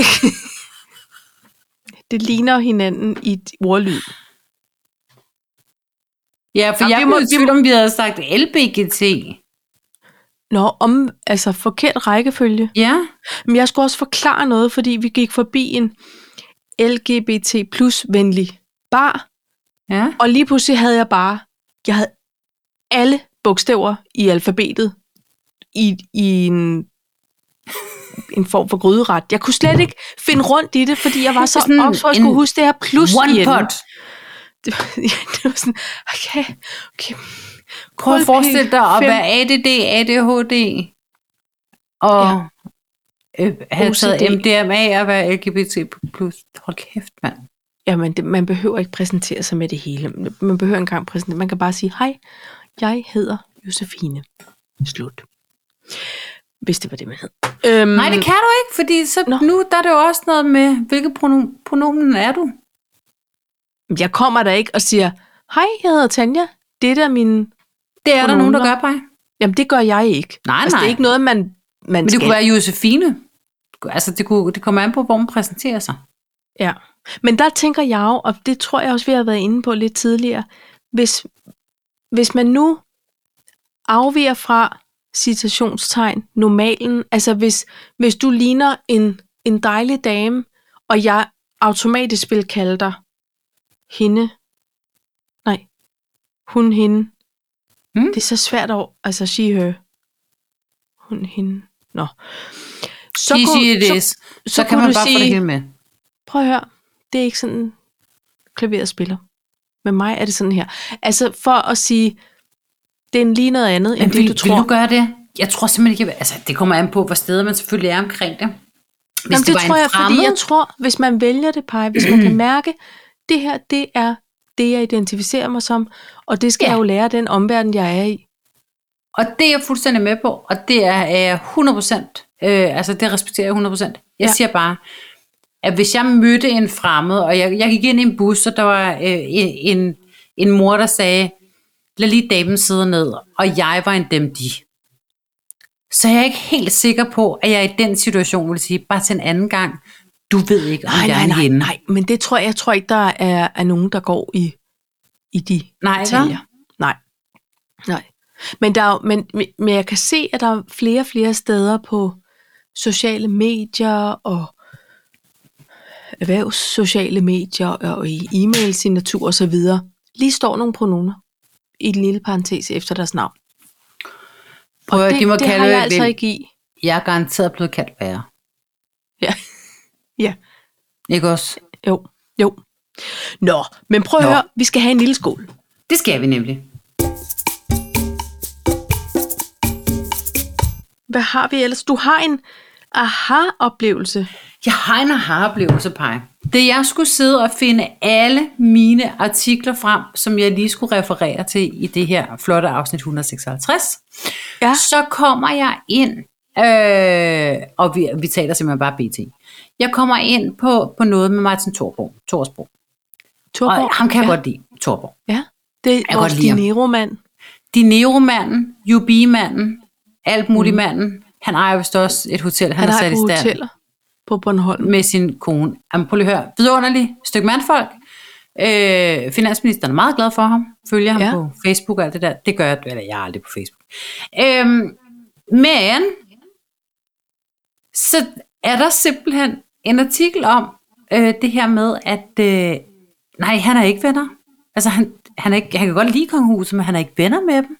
Det ligner hinanden i et ordlyd. Ja, for ja, jeg må tvivl om, vi havde sagt L B G T. Nå, om, altså forkert rækkefølge. Ja. Men jeg skulle også forklare noget, fordi vi gik forbi en L G B T plus venlig bar. Ja. Og lige pludselig havde jeg bare, jeg havde alle bogstaver i alfabetet i, i en... en form for gryderet. Jeg kunne slet ikke finde rundt i det, fordi jeg var så ops for at skulle huske det her plus one pot. Det var, ja, det var sådan, okay, okay. Prøv at forestille dig at være A D D, A D H D, og ja. øh, have taget M D M A og være L G B T plus. Hold kæft, mand. Jamen, det, man behøver ikke præsentere sig med det hele. Man behøver ikke engang præsentere. Man kan bare sige, hej, jeg hedder Josefine. Slut. Hvis det var det, man hed. Øhm, Nej, det kan du ikke, fordi så nu der er det jo også noget med, hvilke pronom- pronomen er du? Jeg kommer der ikke og siger, hej, jeg hedder Tanja. Det er min... Det er der nogen, der gør, Paj. Jamen, det gør jeg ikke. Nej, altså, nej. det er ikke noget, man, man Men det skal. kunne være Josefine. Altså, det, kunne, det kommer an på, hvor man præsenterer sig. Ja, men der tænker jeg jo, og det tror jeg også, vi har været inde på lidt tidligere, hvis, hvis man nu afviger fra citationstegn, normalen, altså hvis, hvis du ligner en, en dejlig dame, og jeg automatisk vil kalde dig hende, nej, hun, hende, Hmm? det er så svært at, altså she, her, hun, hende, nå. Så, She, kunne, she, it så, is. så, Så kan man du bare sige, få det hele med. prøv at høre, det er ikke sådan, klaveret spiller. Med mig er det sådan her. Altså for at sige, det er lige noget andet, Men end vil, det, du tror. vil du gøre det? Jeg tror simpelthen ikke, altså det kommer an på, hvor steder man selvfølgelig er omkring det. Hvis Jamen, det, det det var tror en jeg, fremmed, fordi jeg tror, hvis man vælger det, Paj, hvis man kan mærke, det her, det er det, jeg identificerer mig som, og det skal Ja. jeg jo lære den omverden, jeg er i. og det er jeg fuldstændig med på, og det er jeg hundrede procent, øh, altså det respekterer jeg hundrede procent. Jeg Ja. siger bare, at hvis jeg mødte en fremmed, og jeg, jeg gik ind i en bus, og der var øh, en, en, en mor, der sagde, lad lige damen sidde ned, og jeg var en dem de. Så jeg er ikke helt sikker på, at jeg i den situation vil sige, bare til en anden gang, du ved ikke, om Nej, jeg nej, er nej, hende. nej, men det tror jeg, jeg tror ikke, der er, er nogen, der går i, i de Nej, detaljer. Nej, nej. Men, der er, jo- men, men jeg kan se, at der er flere og flere steder på sociale medier og erhvervssociale medier og i e-mail-signatur og så videre, lige står nogle pronomer i et lille parentes efter deres navn. Prøv Og at, det, de må det kalde har jeg det, altså ikke i. jeg er garanteret blevet kaldt værre. Ja. Ja, Ikke også? jo, jo. Nå, men prøv at Nå. høre, vi skal have en lille skål. Det skal vi nemlig. Hvad har vi ellers? Du har en aha-oplevelse. Jeg har en aha-oplevelse, Paj. Da jeg skulle sidde og finde alle mine artikler frem, som jeg lige skulle referere til i det her flotte afsnit et hundrede og seksoghalvtreds, Ja. så kommer jeg ind, øh, og vi, vi taler simpelthen bare B T. Jeg kommer ind på, på noget med Martin Thorborg, Thorsborg. Torborg. Og ham kan jeg ja. godt lide, Thorborg. Ja, det er kan vores godt lide ham. Dinero-mand. Dinero-manden, U B-manden, alt muligt mm. manden. Han ejer vist også et hotel, han, Han har har sat i på stand hoteller på Bornholm. med sin kone. Jamen, prøv lige at høre. Vidunderligt stykke mandfolk. Øh, finansministeren er meget glad for ham. Følger ham Ja. på Facebook og alt det der. Det gør jeg, eller jeg er aldrig på Facebook. Øhm, men så er der simpelthen en artikel om øh, det her med, at øh, nej, han er ikke venner. Altså, han, han, er ikke, han kan godt lide kongehuset, men han er ikke venner med dem.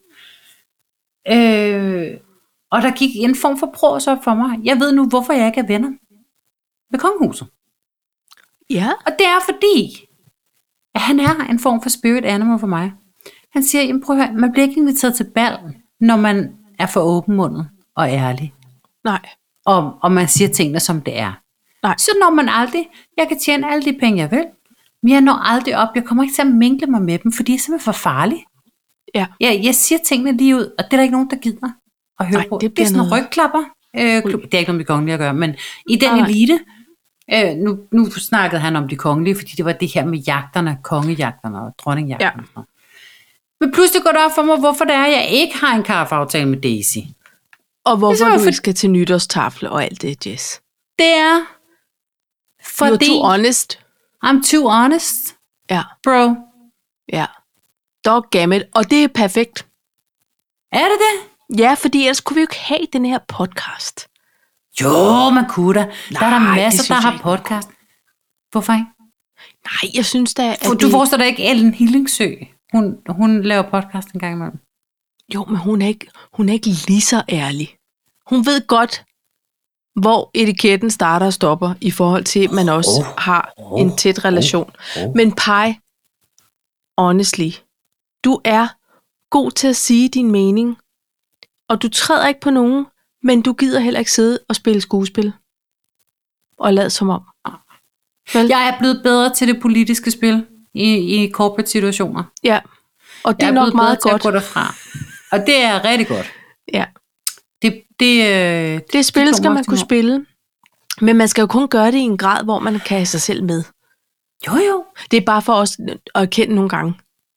Øh, og der gik en form for pros op for mig. Jeg ved nu, hvorfor jeg ikke er venner med kongehuset. Ja, Og det er fordi, at han er en form for spirit animal for mig. Han siger, jamen prøv at høre, man bliver ikke inviteret til bal, når man er for åbenmundet og ærlig. nej. Og, og man siger tingene, som det er. Nej. Så når man aldrig, jeg kan tjene alle de penge, jeg vil, men jeg når aldrig op, jeg kommer ikke til at mingle mig med dem, fordi jeg er simpelthen for farlig. Ja. Jeg, jeg siger tingene lige ud, og det er der ikke nogen, der gider at høre Nej, på. det Det, det er bliver sådan noget- en rygklapper. Øh, klub. Det er ikke noget med de kongelige at gøre, men i den Nej. elite, øh, nu, nu snakkede han om de kongelige, fordi det var det her med jagterne, kongejagterne og dronningjagterne. Ja. Ja. Men pludselig går det op for mig, hvorfor det er, at jeg ikke har en kaffeaftale med Daisy. Og hvorfor simpelthen du for- ikke skal til nytårstafle og alt det, Jess. Det er You're fordi, too honest. I'm too honest, Ja, bro. ja. Doggammit. Og det er perfekt. Er det det? Ja, fordi ellers kunne vi jo ikke have den her podcast. Jo, man kunne da. Der er der Nej, det masser, synes der jeg har ikke. podcast. Hvorfor ikke? Nej, jeg synes da, at For, det... du forestiller dig ikke Ellen Hillingsø? Hun, hun laver podcast en gang imellem. Jo, men hun er, ikke, hun er ikke lige så ærlig. Hun ved godt, hvor etiketten starter og stopper, i forhold til, at man også Oh, har oh, en tæt relation. oh. Men Paj, honestly, du er god til at sige din mening, og du træder ikke på nogen, men du gider heller ikke sidde og spille skuespil. Og lad som om. Vel? Jeg er blevet bedre til det politiske spil i, i corporate situationer. Ja, og det Jeg er er nok blevet meget bedre godt. til at gå derfra. Og det er rigtig godt. Ja. Det, det, øh, Det spil tog skal mig man også kunne til mig. spille, men man skal jo kun gøre det i en grad, hvor man kan have sig selv med. Jo, jo. Det er bare for os at erkende nogle gange.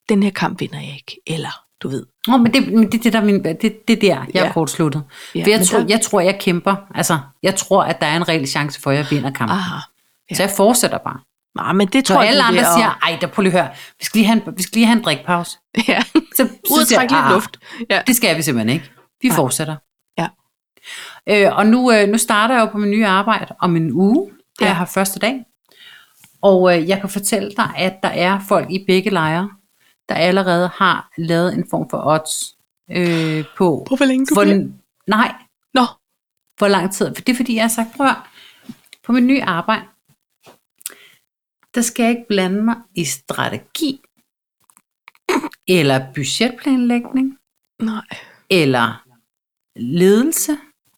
den her kamp vinder jeg ikke, eller du ved. Nå, men det, men det, det, der, min, det, det er der, jeg Ja. er kortsluttet. Ja, For jeg, men tror, der- jeg tror, jeg kæmper. Altså, jeg tror, at der er en reel chance for, at jeg vinder kampen. Aha. Ja. Så jeg fortsætter bare. Nej, men det tror Når jeg, alle du er andre ved at- siger, ej, der prøv lige at høre, vi skal lige have en, vi skal lige have en drikpause. Ja, Så, så ud og siger trække jeg, lidt "Ah, luft. Ja. Det skal vi simpelthen ikke. Vi Nej. fortsætter. Ja. Øh, og nu, øh, nu starter jeg jo på min nye arbejde om en uge. Det er Ja. jeg har første dag. Og øh, jeg kan fortælle dig, at der er folk i begge lejre, der allerede har lavet en form for odds øh, på, På hvor længe du hvor, bliver? nej, Nå, hvor lang tid. For det er fordi, jeg har sagt, prøv at høre, på min nye arbejde, der skal jeg ikke blande mig i strategi, eller budgetplanlægning, nej. eller ledelse,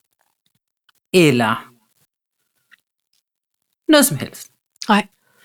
eller noget som helst. Nej.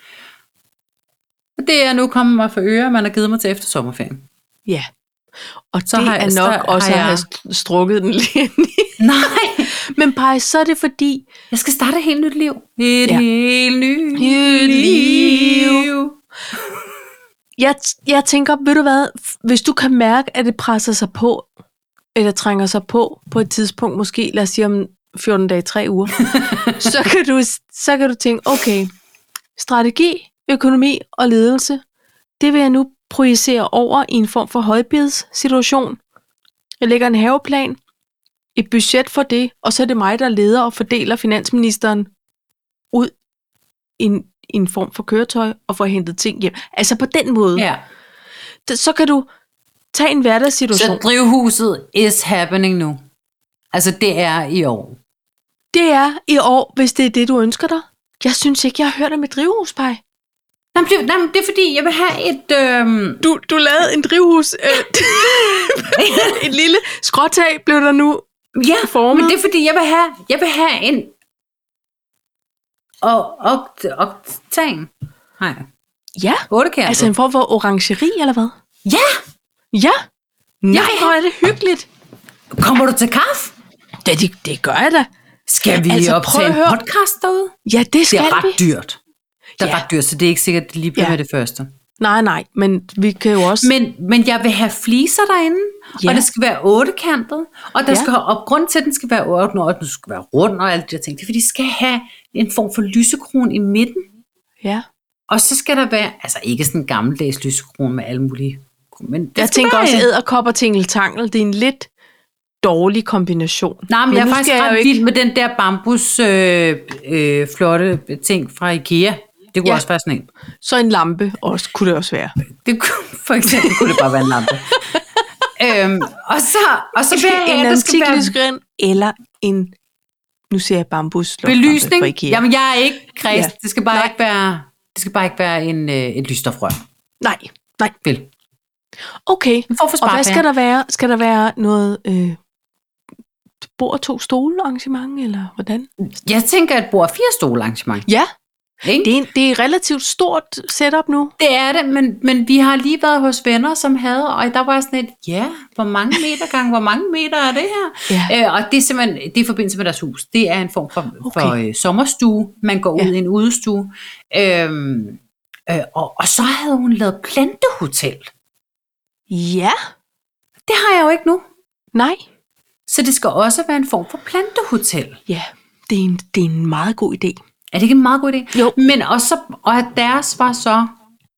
Og det er nu kommet mig for øre, man har givet mig til efter sommerferien. Ja. Og Så det har jeg- er så nok har også at jeg- have st- strukket den lidt. Nej, Men Paj, så er det fordi, jeg skal starte et helt nyt liv. Et Ja. helt nyt Nyt liv. liv. jeg, jeg tænker, ved du hvad, f- hvis du kan mærke, at det presser sig på, eller trænger sig på, på et tidspunkt, måske, lad os sige om fjorten dage, tre uger, så, kan du, så kan du tænke, okay, strategi, økonomi og ledelse, det vil jeg nu projicere over i en form for højbidssituation. Jeg lægger en haveplan, et budget for det, og så er det mig, der leder og fordeler finansministeren ud i en, i en form for køretøj og får hentet ting hjem. Altså på den måde. Ja. D- Så kan du tage en hverdagssituation. Så drivhuset is happening nu. Altså det er i år. Det er i år, hvis det er det, du ønsker dig. Jeg synes ikke, jeg har hørt om et drivhuspej. Nej, men det, nej, men det er fordi, jeg vil have et... Øhm, Du, du lavede en drivhus. Øh, et lille skråtag blev der nu ja, formet. men det er fordi, jeg vil have, jeg vil have en... Og, og, oktan. Nej, Ja, ottekantet. altså en form for orangeri, eller hvad? Ja, Ja. Nej, Ja. hvor er det hyggeligt. kommer du til kaffe? Ja, det, det gør jeg da. Skal vi Altså, altså, prøv optage at en høre. podcast derude? Ja, det Det skal er vi. ret dyrt. Det er Ja. ret dyrt, så det er ikke sikkert, at det lige bliver Ja. med det første. Nej, nej, men vi kan jo også... Men, men jeg vil have fliser derinde, Ja. og det skal være ottekantet, og der Ja. skal og grund til, at den skal være otte, og den skal være rund og alt det der ting, det er, fordi de skal have en form for lysekron i midten, Ja. og så skal der være, altså ikke sådan en gammeldags lysekron med alle mulige, men det Jeg skal tænker være også en- edderkop og tingeltangel. Det er en lidt dårlig kombination. Nej, men, men jeg er nu faktisk skal jeg ret jo vild med den der bambus øh, øh, flotte ting fra IKEA. Det kunne Ja. også være sådan en. Så en lampe også, kunne det også være. Det kunne, for eksempel kunne det bare være en lampe. øhm, og så, og så vil jeg have, En at der skal være antiklysgrind eller en, nu ser jeg bambus belysning. fra IKEA. Jamen, jeg er ikke krist. Ja. Det skal bare Nej. ikke være, det skal bare ikke være en, øh, et lysstofrør. Nej, nej. Vel. Okay. En form for Og hvad skal sparepenge. der være? Skal der være noget øh, bord og to stole arrangement, eller hvordan? Jeg tænker, at bord fire stole arrangement. Ja, Ikke? det er, en, det er et relativt stort setup nu. Det er det, men, men vi har lige været hos venner, som havde, og der var sådan et, ja, hvor mange meter gange, hvor mange meter er det her? Ja. Øh, og det er simpelthen, det er i forbindelse med deres hus. Det er en form for, Okay. for øh, sommerstue. Man går Ja. ud i en udestue. Øhm, øh, og, og så havde hun lavet plantehotel. Ja, Det har jeg jo ikke nu. nej. Så det skal også være en form for plantehotel. Ja, det er en, det er en meget god idé. Er det ikke en meget god idé? Jo. Men også, og deres var så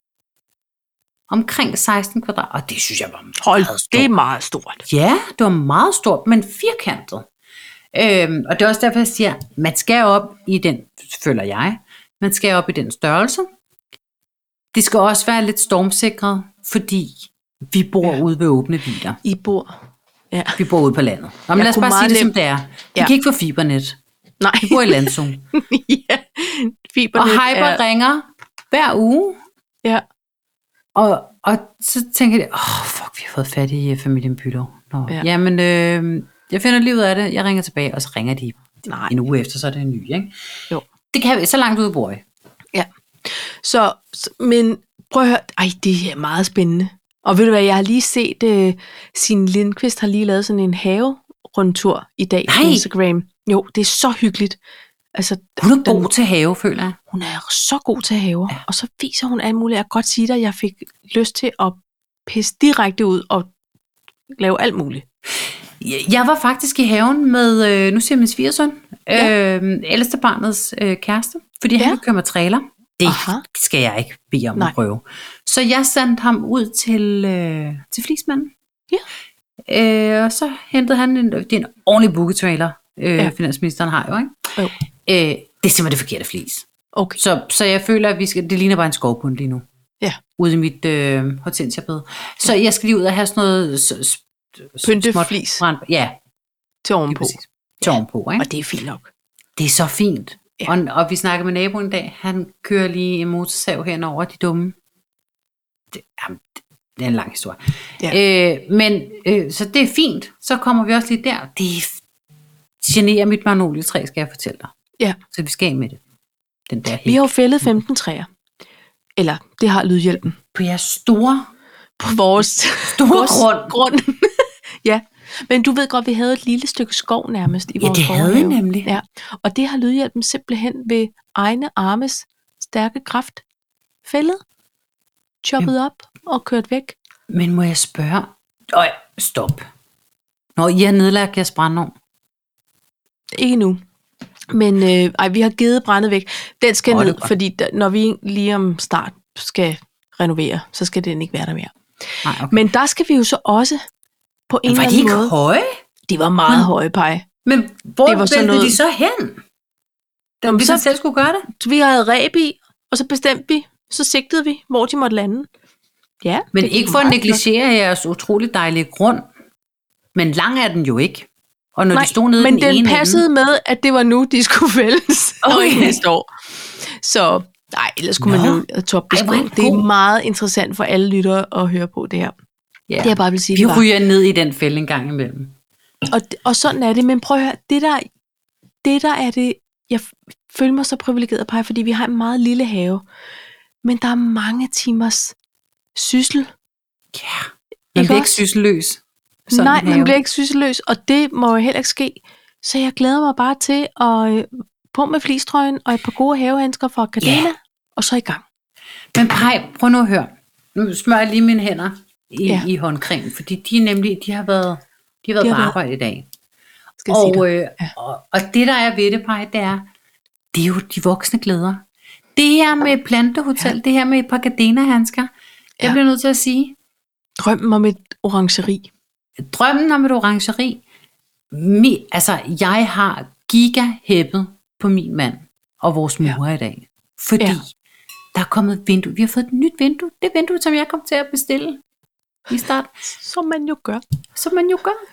omkring seksten kvadrat, og det synes jeg var Hold, meget stort. det er meget stort. Ja, det var meget stort, men firkantet. Øhm, og det er også derfor, jeg siger, man skal op i den, føler jeg, man skal op i den størrelse. Det skal også være lidt stormsikret, fordi vi bor Ja. ja. ude ved åbne vidder. I bor. Ja. Vi bor ude på landet. Nå, men Jeg lad os kunne bare sige meget det, som nemt- det er. Vi Ja. ja. kan ikke få fibernet. Nej. Vi bor i landzone. ja. Fibernet Og Hyper er... ringer hver uge. Ja. Og, og så tænker jeg, åh, oh, fuck, vi har fået fat i uh, familien Bülow. Nå, Ja. ja. Jamen, øh, jeg finder lige ud af det. Jeg ringer tilbage, og så ringer de Nej. en uge efter, så er det en ny, ikke? Jo. Det kan vi, så langt ude bor jeg. Ja. Så, så, men prøv at høre. Ej, det er meget spændende. Og ved du hvad, jeg har lige set, uh, Signe Lindqvist har lige lavet sådan en have-rundtur i dag på Nej. Instagram. Jo, det er så hyggeligt. Altså, Hun er den- god til have, føler jeg. Hun er så god til haver, ja. Og så viser hun alt muligt. Jeg kan godt sige dig, at jeg fik lyst til at pisse direkte ud og lave alt muligt. Jeg var faktisk i haven med, øh, nu siger jeg min svigersøn, Ja. øh, ældste barnets øh, kæreste, fordi ja. han vil køre med trailer. Det Aha. skal jeg ikke bede om Nej. at prøve. Så jeg sendte ham ud til, øh, til flismanden. Ja. Øh, og så hentede han en, det er en ordentlig booketrailer, øh, Ja. finansministeren har jo, ikke? Jo. Øh, det er simpelthen det forkerte flis. Okay. Så, så jeg føler, at vi skal, det ligner bare en skovbund lige nu. Ja. Ude i mit øh, hortensiabed. Så jeg skal lige ud og have sådan noget s- s- Pynteflis. småt brand- Ja, Til lige ovenpå. præcis. Til ovenpå, ikke? Og det er fint nok. Det er så fint. Ja. Og, og vi snakker med naboen en dag, han kører lige en motorsav henover, de dumme. Det, jamen, det er en lang historie. Ja. Øh, men, øh, så det er fint. Så kommer vi også lige der. Det generer mit magnolietræ, skal jeg fortælle dig. Ja. Så vi skal af med det. Den der Vi har jo fældet femten træer. Eller, det har Lydhjælpen. på jeres store, På vores store vores grund. grund. Ja, men du ved godt, vi havde et lille stykke skov nærmest i Ja, vores det havde vi forhave. nemlig. Ja, og det har Lydhjælpen simpelthen ved egne armes stærke kraft fældet, choppet op og kørt væk. Men må jeg spørge? Øj, stop. Når I har nedlagt jeres brændeovn. Ikke nu. Men øh, ej, vi har givet brændet væk. Den skal Åh, det er ned, godt. fordi der, når vi lige om start skal renovere, så skal den ikke være der mere. Nej, okay. Men der skal vi jo så også på en Men var eller de anden ikke måde. høje? De var meget Men- høje, Paj. Men hvor Det var sådan væltede noget- de så hen? Da Jamen, vi så- så selv skulle gøre det? Så vi havde ræb i, og så bestemte vi, så sigtede vi, hvor de måtte lande. Ja, Men det gik ikke for at meget negligere jeres utroligt dejlige grund. Men lang er den jo ikke. Og når Nej, de stod nede i men den, den ene passede ende, med, at det var nu, de skulle fældes. Og Okay. ikke næste år. Så nej, ellers kunne Nå. man jo toppe Ej, hvor er det. den Det er god. meget interessant for alle lyttere at høre på det her. ja, Det jeg bare vil sige, vi det var. ryger ned i den fælde en gang imellem. Og, og sådan er det, men prøv at høre, det der, det der er det, jeg f- føler mig så privilegeret på, fordi vi har en meget lille have, men der er mange timers syssel. Ja, man Ikke bliver ikke også? sysselløs. Sådan Nej, en man have. bliver ikke sysseløs, og det må jo heller ikke ske. Så jeg glæder mig bare til at øh, på med flistrøjen og et par gode havehandsker fra Gardena, Ja. og så i gang. Men Paj, prøv nu at høre. Nu smører jeg lige mine hænder i, Ja. ja. i håndcreme, fordi de er nemlig, de har været, de har været De de har på været- arbejde i dag. Skal jeg sige Og, dig. øh, Ja. og, og det der er ved det, Paj, det er, det er jo de voksne glæder. Det her med plantehotel, ja. det her med et par Gardena-handsker, jeg Ja. bliver nødt til at sige, Drømmen om et orangeri. drømmen om et orangeri, mi, altså jeg har giga-hæppet på min mand og vores mor ja. i dag. Fordi Ja. ja. der er kommet et vindue. Vi har fået et nyt vindue. Det vindue, som jeg kom til at bestille i start. Som man jo gør. Som man jo gør.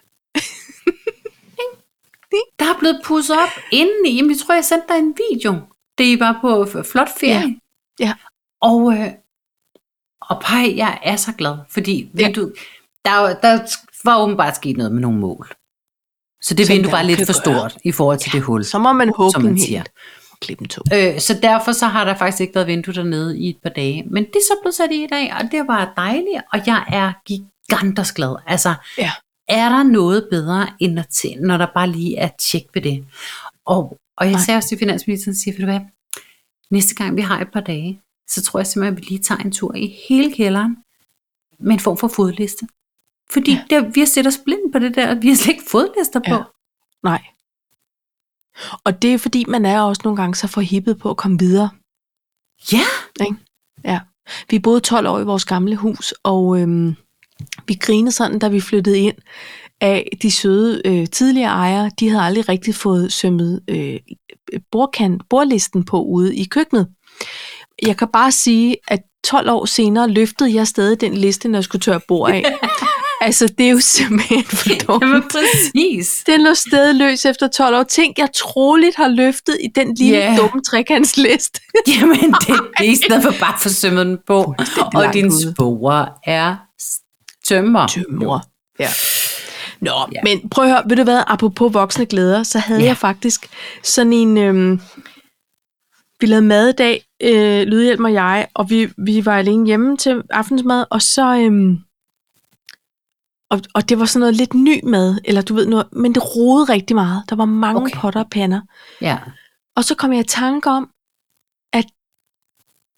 Ikke? Der er blevet pudset op indeni. Jamen, jeg tror, jeg sendte dig en video, da I var på f- flot ferie. Ja. Og, øh, og Paj, jeg er så glad, fordi Ja. vinduet, der, er jo- der var åbenbart sket noget med nogle mål. Så det Som vindue der var jo lidt kan for gøre. stort i forhold til det hul, Så må man hugge som den man siger. helt og klippe den to. Øh, så derfor så har der faktisk ikke været vindue dernede i et par dage. Men det er så blevet sat i i dag, og det var dejligt, og jeg er gigantisk glad. Altså, Ja. er der noget bedre, end at til, når der bare lige er tjek ved det? Og, og jeg Nej. sagde også til finansministeren, siger, ved du hvad, næste gang vi har et par dage, så tror jeg simpelthen, at vi lige tager en tur i hele kælderen med en form for fodliste. Fordi Ja. ja. der, vi har set os blind på det der, og vi har slet ikke fodlister på. Ja. Nej. Og det er fordi, man er også nogle gange så forhippet på at komme videre. Ja. Ja. Vi boede tolv år i vores gamle hus, og øhm, vi grinede sådan, da vi flyttede ind, af de søde øh, tidligere ejere. De havde aldrig rigtig fået sømmet øh, bordkant, bordlisten på ude i køkkenet. Jeg kan bare sige, at tolv år senere løftede jeg stadig den liste, når jeg skulle tørre bord af. Altså, det er jo simpelthen for dumt. Jamen præcis. Den lå stadig løs efter tolv år. Tænk, jeg troligt har løftet i den lille Ja. dumme trekantsliste. Jamen, det, det er i stedet for bare at få sømmet den på. Fuldstændig Og langt din ude. sporer er tømmer. Tømrer. Ja. Nå, ja. Ja. Men prøv at høre, ved du hvad, apropos voksne glæder, så havde Ja. jeg faktisk sådan en, øhm, vi lavede mad i dag, øh, Lydhjælp og jeg, og vi, vi var alene hjemme til aftensmad, og så, øhm, og, og det var sådan noget lidt ny mad, eller du ved noget, men det rodede rigtig meget. Der var mange okay. Okay. potter og pander. Ja. Og så kom jeg i tanke om, at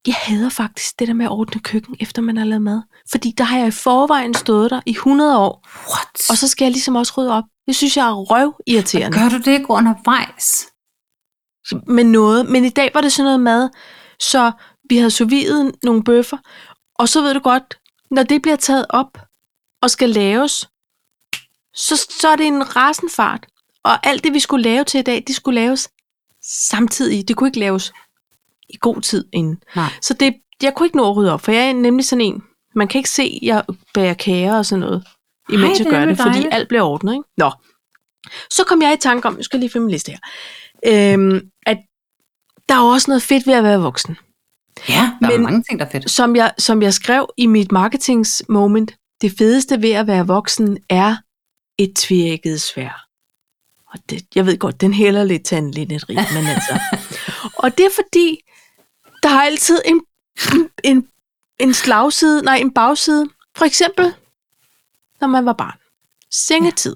jeg hader faktisk det der med at ordne køkken, efter man har lavet mad. Fordi der har jeg i forvejen stået der i hundrede år. What? Og så skal jeg ligesom også rydde op. Det synes jeg er røvirriterende. Gør du det ikke undervejs? Med noget. Men i dag var det sådan noget mad, så vi havde sous vide nogle bøffer. Og så ved du godt, når det bliver taget op og skal laves, så, så er det en rasenfart. Og alt det, vi skulle lave til i dag, det skulle laves samtidig. Det kunne ikke laves i god tid inden. Nej. Så det, jeg kunne ikke nå at rydde op, for jeg er nemlig sådan en, man kan ikke se, at jeg bager kager og sådan noget, imens Ej, jeg gør det, det, fordi dejligt. alt bliver ordnet. Ikke? Nå. Så kom jeg i tanke om, jeg skal lige finde min liste her, øhm, at der er også noget fedt ved at være voksen. Ja, der Men- er mange ting, der er fedt. Som jeg, som jeg skrev i mit marketingsmoment, det fedeste ved at være voksen er et tveægget sværd. Og det, jeg ved godt, den hælder lidt til en lidt et rig, men altså. Og det er fordi, der har altid en, en, en slagside, nej, en bagside. For eksempel, når man var barn. Sengetid.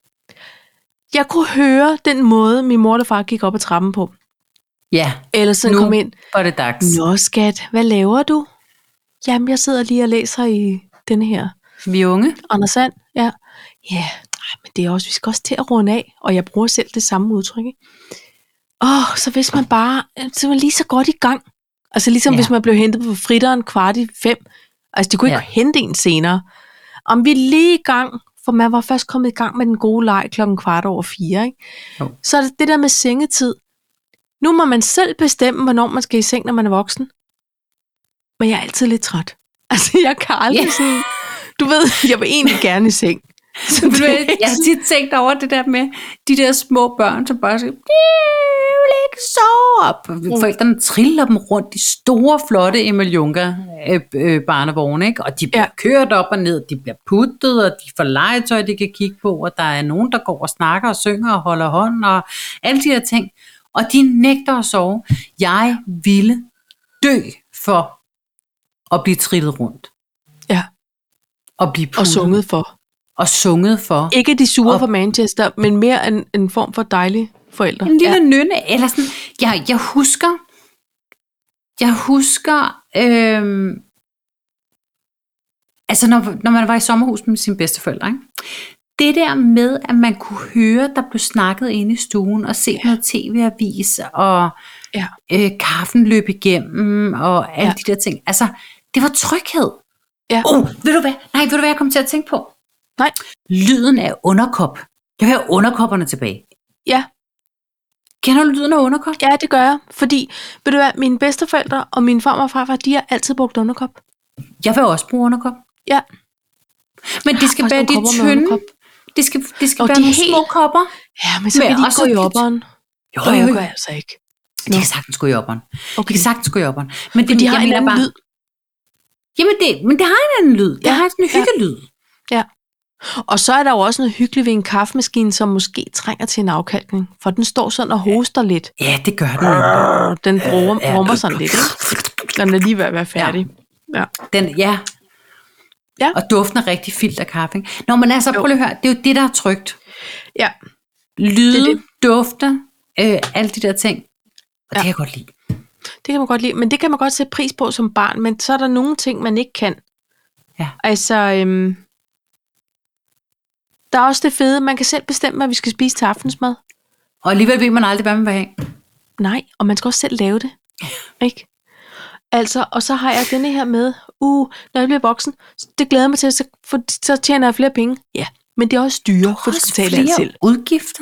Jeg kunne høre den måde, min mor og far gik op ad trappen på. Ja, Eller sådan nu kom ind. var det dags. Nå skat, hvad laver du? Jamen, jeg sidder lige og læser i den her Vi er unge. Anders Sand. Ja, ja. Ej, men det er også, vi skal også til at runde af, og jeg bruger selv det samme udtryk. Ikke? Åh, så hvis man bare, så er man lige så godt i gang. Altså ligesom Ja. hvis man blev hentet på fritteren kvart i fem. Altså, de kunne ikke Ja. hente en senere. Om vi er lige i gang, for man var først kommet i gang med den gode leg klokken kvart over fire. Ikke? Jo. Så er det det der med sengetid. Nu må man selv bestemme, hvornår man skal i seng, når man er voksen. Men jeg er altid lidt træt. Altså, jeg kan aldrig Ja. sådan... Du ved, jeg vil egentlig gerne i seng. Så Du ved, det, jeg har tit tænkt over det der med de der små børn, som bare siger, jeg vil ikke sove op. Forældrene triller dem rundt i store, flotte Emil Juncker øh, øh, barnevogne, ikke? Og de bliver Ja. ja. kørt op og ned, de bliver puttet, og de får legetøj, de kan kigge på, og der er nogen, der går og snakker og synger og holder hånden, og alle de der ting. Og de nægter at sove. Jeg ville dø for at blive trillet rundt. ja, Og blive puttet. og sunget for. Og sunget for. Ikke de sure Og- fra Manchester, men mere en, en form for dejlige forældre. En lille Ja. ja. nynne, eller sådan, jeg, jeg husker, jeg husker, øhm, altså når, når man var i sommerhus med sine bedsteforældre, ikke? Det der med, at man kunne høre, der blev snakket inde i stuen, og se ja. noget tv-avis, og Ja. øh, kaffen løb igennem, og alle Ja. de der ting. Altså, det var tryghed. Ja. Oh, ved du hvad? Nej, ved du hvad, jeg kom til at tænke på? Nej. Lyden af underkop. Jeg vil have underkopperne tilbage. Ja. Kender du lyden af underkop? Ja, det gør jeg. Fordi, ved du hvad, mine bedsteforældre og min farmor og farfar, de har altid brugt underkop. Jeg vil også bruge underkop. Ja. Men det skal faktisk være nogle de kopper med tynde. underkop. Det skal, det skal Og være de nogle helt- små kopper. Ja, men så Men kan de også ikke gå i lidt- opperen. Jo, Og jo, jeg jo. gør jeg altså ikke. De kan sagtens gå i opperen. De Okay. kan sagtens gå i opperen. Men det, Men de har jeg en mener anden bare, lyd. Jamen det, men det har en anden lyd. Det Ja, har sådan en ja. hyggelyd. Ja. Og så er der jo også noget hyggeligt ved en kaffemaskine, som måske trænger til en afkalkning. For den står sådan og hoster lidt. Ja, det gør den. nemlig. Den brummer, Ja. brummer sådan lidt, ikke? Når den er lige ved at være færdig. Ja. Den, ja. Ja. Og duften er rigtig filter kaffe. Ikke? Nå, men altså, Jo. prøv lige at høre. Det er jo det, der er trygt. Ja. Lyde, Det er det. dufte, øh, alle de der ting. Og Ja. det kan jeg godt lide. Det kan man godt lide, men det kan man godt sætte pris på som barn, men så er der nogle ting, man ikke kan. Ja. Altså, øhm, der er også det fede, man kan selv bestemme, hvad vi skal spise til aftensmad. Og alligevel ved man aldrig, hvad man vil have. Nej, og man skal også selv lave det. Ikke? Altså, og så har jeg denne her med, uh, når jeg bliver voksen, det glæder jeg mig til, så, for, så tjener jeg flere penge. Ja, men det er også dyre, for du skal betale alt selv. udgifter.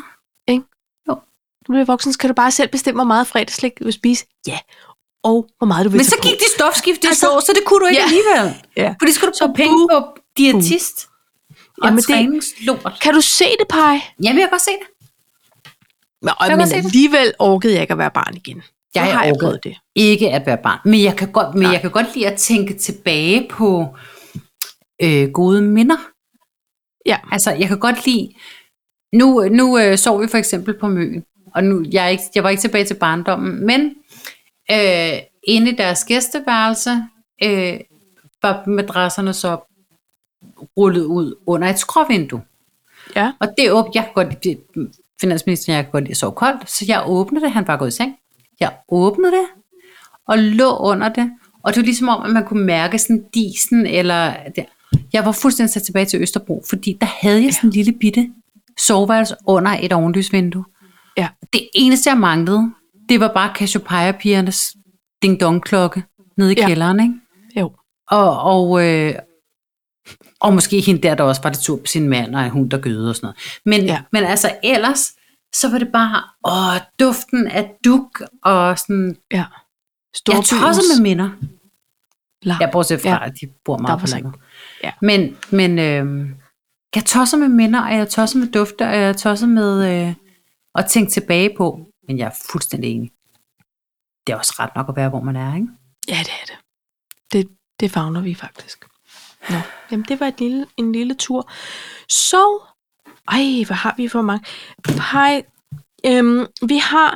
Du bliver voksen, så kan du bare selv bestemme, hvor meget fredagsslik du vil spise. Ja, og hvor meget du vil Men tage så på. gik de stofskifte i Altså, stå, så det kunne du ikke ja. alligevel. Ja. For det skulle du Så bruge penge buh. på diætist og Jamen, det- træningslort. Kan du se det, Paj? Jamen, jeg kan godt se det. Men, kan men godt se det. alligevel orkede jeg ikke at være barn igen. Så Jeg har jeg orkede prøvet det. ikke at være barn. Men jeg kan godt, men Nej. jeg kan godt lide at tænke tilbage på øh, gode minder. Ja. Altså, jeg kan godt lide... Nu, nu øh, sov vi for eksempel på Møn. Og nu, jeg, er ikke, jeg var ikke tilbage til barndommen. Men øh, inde i deres gæsteværelse øh, var madrasserne så rullet ud under et skråvindue. Ja. Og det åbnede, jeg kan godt lide, finansministeren, jeg kan godt lide at sove koldt, så jeg åbnede det, han var gået i seng. Jeg åbnede det, og lå under det, Og det var ligesom om, at man kunne mærke sådan disen, eller... Jeg var fuldstændig sat tilbage til Østerbro, fordi der havde jeg sådan en lille bitte soveværelse under et ovenlysvindue. Ja. Det eneste, jeg manglede, det var bare Cassiopeia-pigernes ding-dong-klokke nede i Ja. kælderen, ikke? Jo. Og, og, øh, og måske hende der, der også var det tur på sin mand, og en hund, der gøde og sådan noget. Men, Ja. men altså ellers, så var det bare, åh, duften af duk, og sådan, Ja. jeg Storbyens tosser med minder. larm. Jeg bortset fra, Ja. at de bor Der meget var på så- landet. Ja. Men, men øh, jeg tosser med minder, og jeg tosser med dufte, og jeg tosser med øh, at tænke tilbage på. Men jeg er fuldstændig enig. Det er også ret nok at være, hvor man er, ikke? Ja, det er det. Det, det favner vi faktisk. Nå, jamen det var et lille, en lille tur. Så, ej, hvad har vi for mange? Hej, øhm, vi har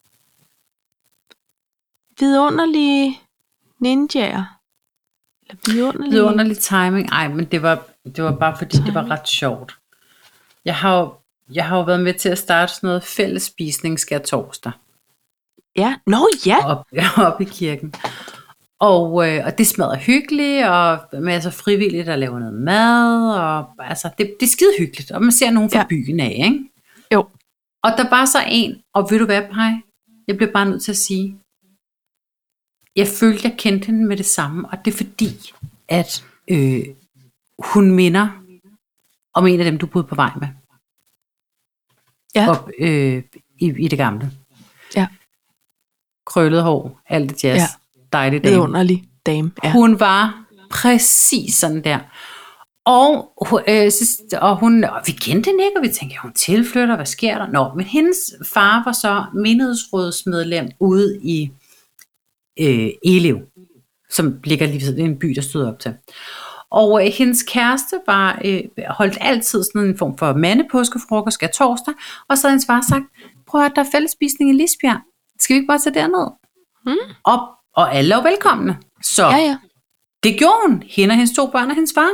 vidunderlige ninjaer. Eller vidunderlige... Vidunderlig timing. Ej, men det var, det var bare fordi, det var Timing. ret sjovt. Jeg har jo, jeg har jo været med til at starte sådan noget fællesspisning skær torsdag Ja, nå ja. op, op i kirken. Og, øh, og det smadrer hyggeligt, og masser af frivillige, der laver noget mad, og altså, det, det er skide hyggeligt, og man ser nogen fra Ja. byen af, ikke? Jo, Og der var så en, og ved du hvad, Paj? Jeg blev bare nødt til at sige, jeg følte, jeg kendte hende med det samme, og det er fordi, at øh, hun minder om en af dem, du boede på vej med, ja, op øh, i, i det gamle. ja. Krøllet hår, alt det jazz, Ja. ja. dejligt dame. Vidunderlig dame. Ja. Hun var præcis sådan der. Og, øh, så, og, hun, og vi kendte hende ikke, og vi tænkte, ja, hun tilflytter, hvad sker der? Nå, men hendes far var så menighedsrådsmedlem ude i øh, Elev, som ligger lige ved en by, der stod op til. Og øh, hendes kæreste var øh, holdt altid sådan en form for mandepåskefrokost skær torsdag, og så havde hendes far sagt, prøv at høre, der er fællesspisning i Lisbjerg. Skal vi ikke bare tage derned? Mm. Op, og alle er velkomne. Så Ja, ja. det gjorde hun. Hende og hendes to børn og hendes far.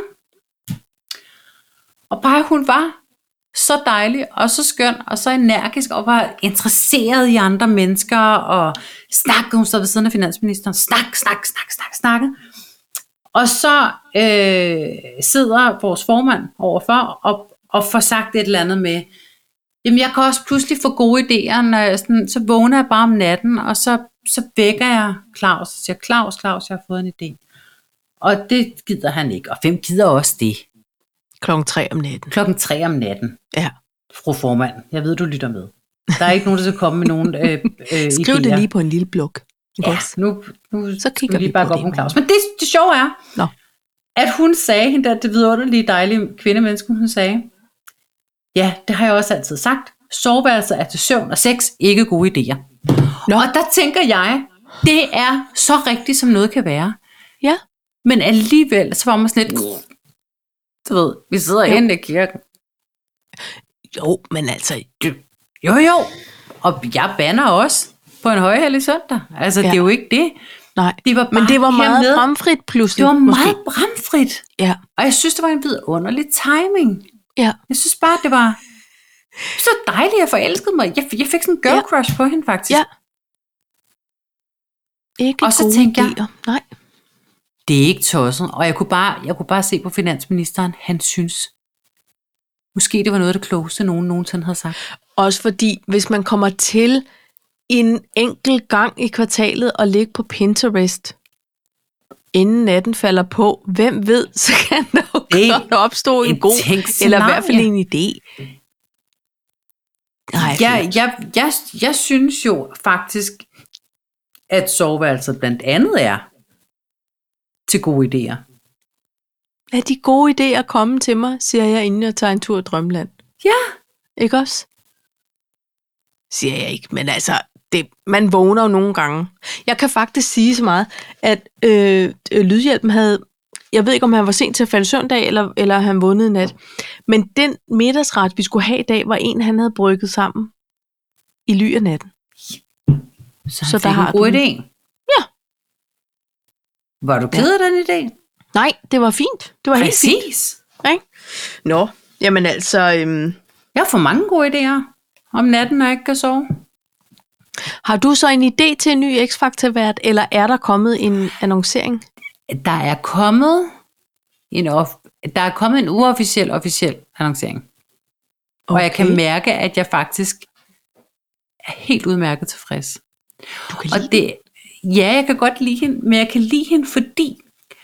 Og bare hun var så dejlig og så skøn og så energisk og var interesseret i andre mennesker og snakkede. Hun stod ved siden af finansministeren. Snak, snak, snak, snak, snakke. Og så øh, sidder vores formand overfor og, og får sagt et eller andet med, jamen jeg kan også pludselig få gode idéer, når jeg sådan, så vågner jeg bare om natten, og så, så vækker jeg Claus og siger, Claus, Claus, jeg har fået en idé. Og det gider han ikke. Og hvem gider også det? Klokken tre om natten. Klokken tre om natten. Ja. Fru formand, jeg ved, du lytter med. Der er ikke nogen, der skal komme med nogen øh, øh, Skriv idéer. det lige på en lille blok. Ikke Ja, også? nu, nu Så skal kigger vi vi bare på gå det op om i Claus. morgen. Men det, det sjove er, Nå. at hun sagde, hende der, det vidunderlige, dejlige kvindemenneske, hun sagde, ja, det har jeg også altid sagt. Soveværelser er til søvn og sex, ikke gode idéer. Nå. Og der tænker jeg, det er så rigtigt, som noget kan være. Ja. Men alligevel, så var man sådan lidt, du ved, vi sidder Jo. herinde i kirken. Jo, men altså, Jo, jo. Og jeg banner også på en højhellig søndag. Altså, Ja. ja. det er jo ikke det. nej. Det var bare Men det var meget hermed- bramfrit pludselig. Det var måske. meget bramfrit. Ja, Og jeg synes, det var en vidunderlig timing. ja. Jeg synes bare, det var så dejligt, jeg forelskede mig. Jeg, jeg fik sådan en girl Ja. crush på hende, faktisk. Ja. Ikke Og så gode tænkte jeg- idéer. Nej. Det er ikke tosset. Og jeg kunne, bare, jeg kunne bare se på finansministeren, han synes, måske det var noget af det klogeste, nogen nogensinde havde sagt. Også fordi, hvis man kommer til en enkelt gang i kvartalet og ligge på Pinterest, inden natten falder på, hvem ved, så kan der jo Det er godt opstå en et god, tænkt eller i scenarie. hvert fald en idé. Nej, Jeg, jeg, jeg, jeg synes jo faktisk, at soveværelset blandt andet er til gode idéer. lad de gode idéer komme til mig, siger jeg, inden jeg tager en tur i Drømmeland. Ja. Ikke også? Siger jeg ikke, men altså, det, man vågner jo nogle gange. Jeg kan faktisk sige så meget, at øh, Lydhjælpen havde, jeg ved ikke, om han var sent til at falde søndag, eller, eller han vågnede i nat, men den middagsret, vi skulle have i dag, var en, han havde brygget sammen i ly af natten. Så, Så så der der har en god du den. idé. Ja. Var du ked af den idé? Nej, det var fint. Det var helt fint. Præcis. Ikke? Nå, jamen altså, øhm, Jeg får mange gode idéer om natten, når jeg ikke kan sove. Har du så en idé til en ny X-Factor-vært, eller er der kommet en annoncering? Der er kommet en, off- der er kommet en uofficiel officiel annoncering. Okay. Og jeg kan mærke, at jeg faktisk er helt udmærket tilfreds. Du kan og lide det, ja, jeg kan godt lide hende, men jeg kan lide hende, fordi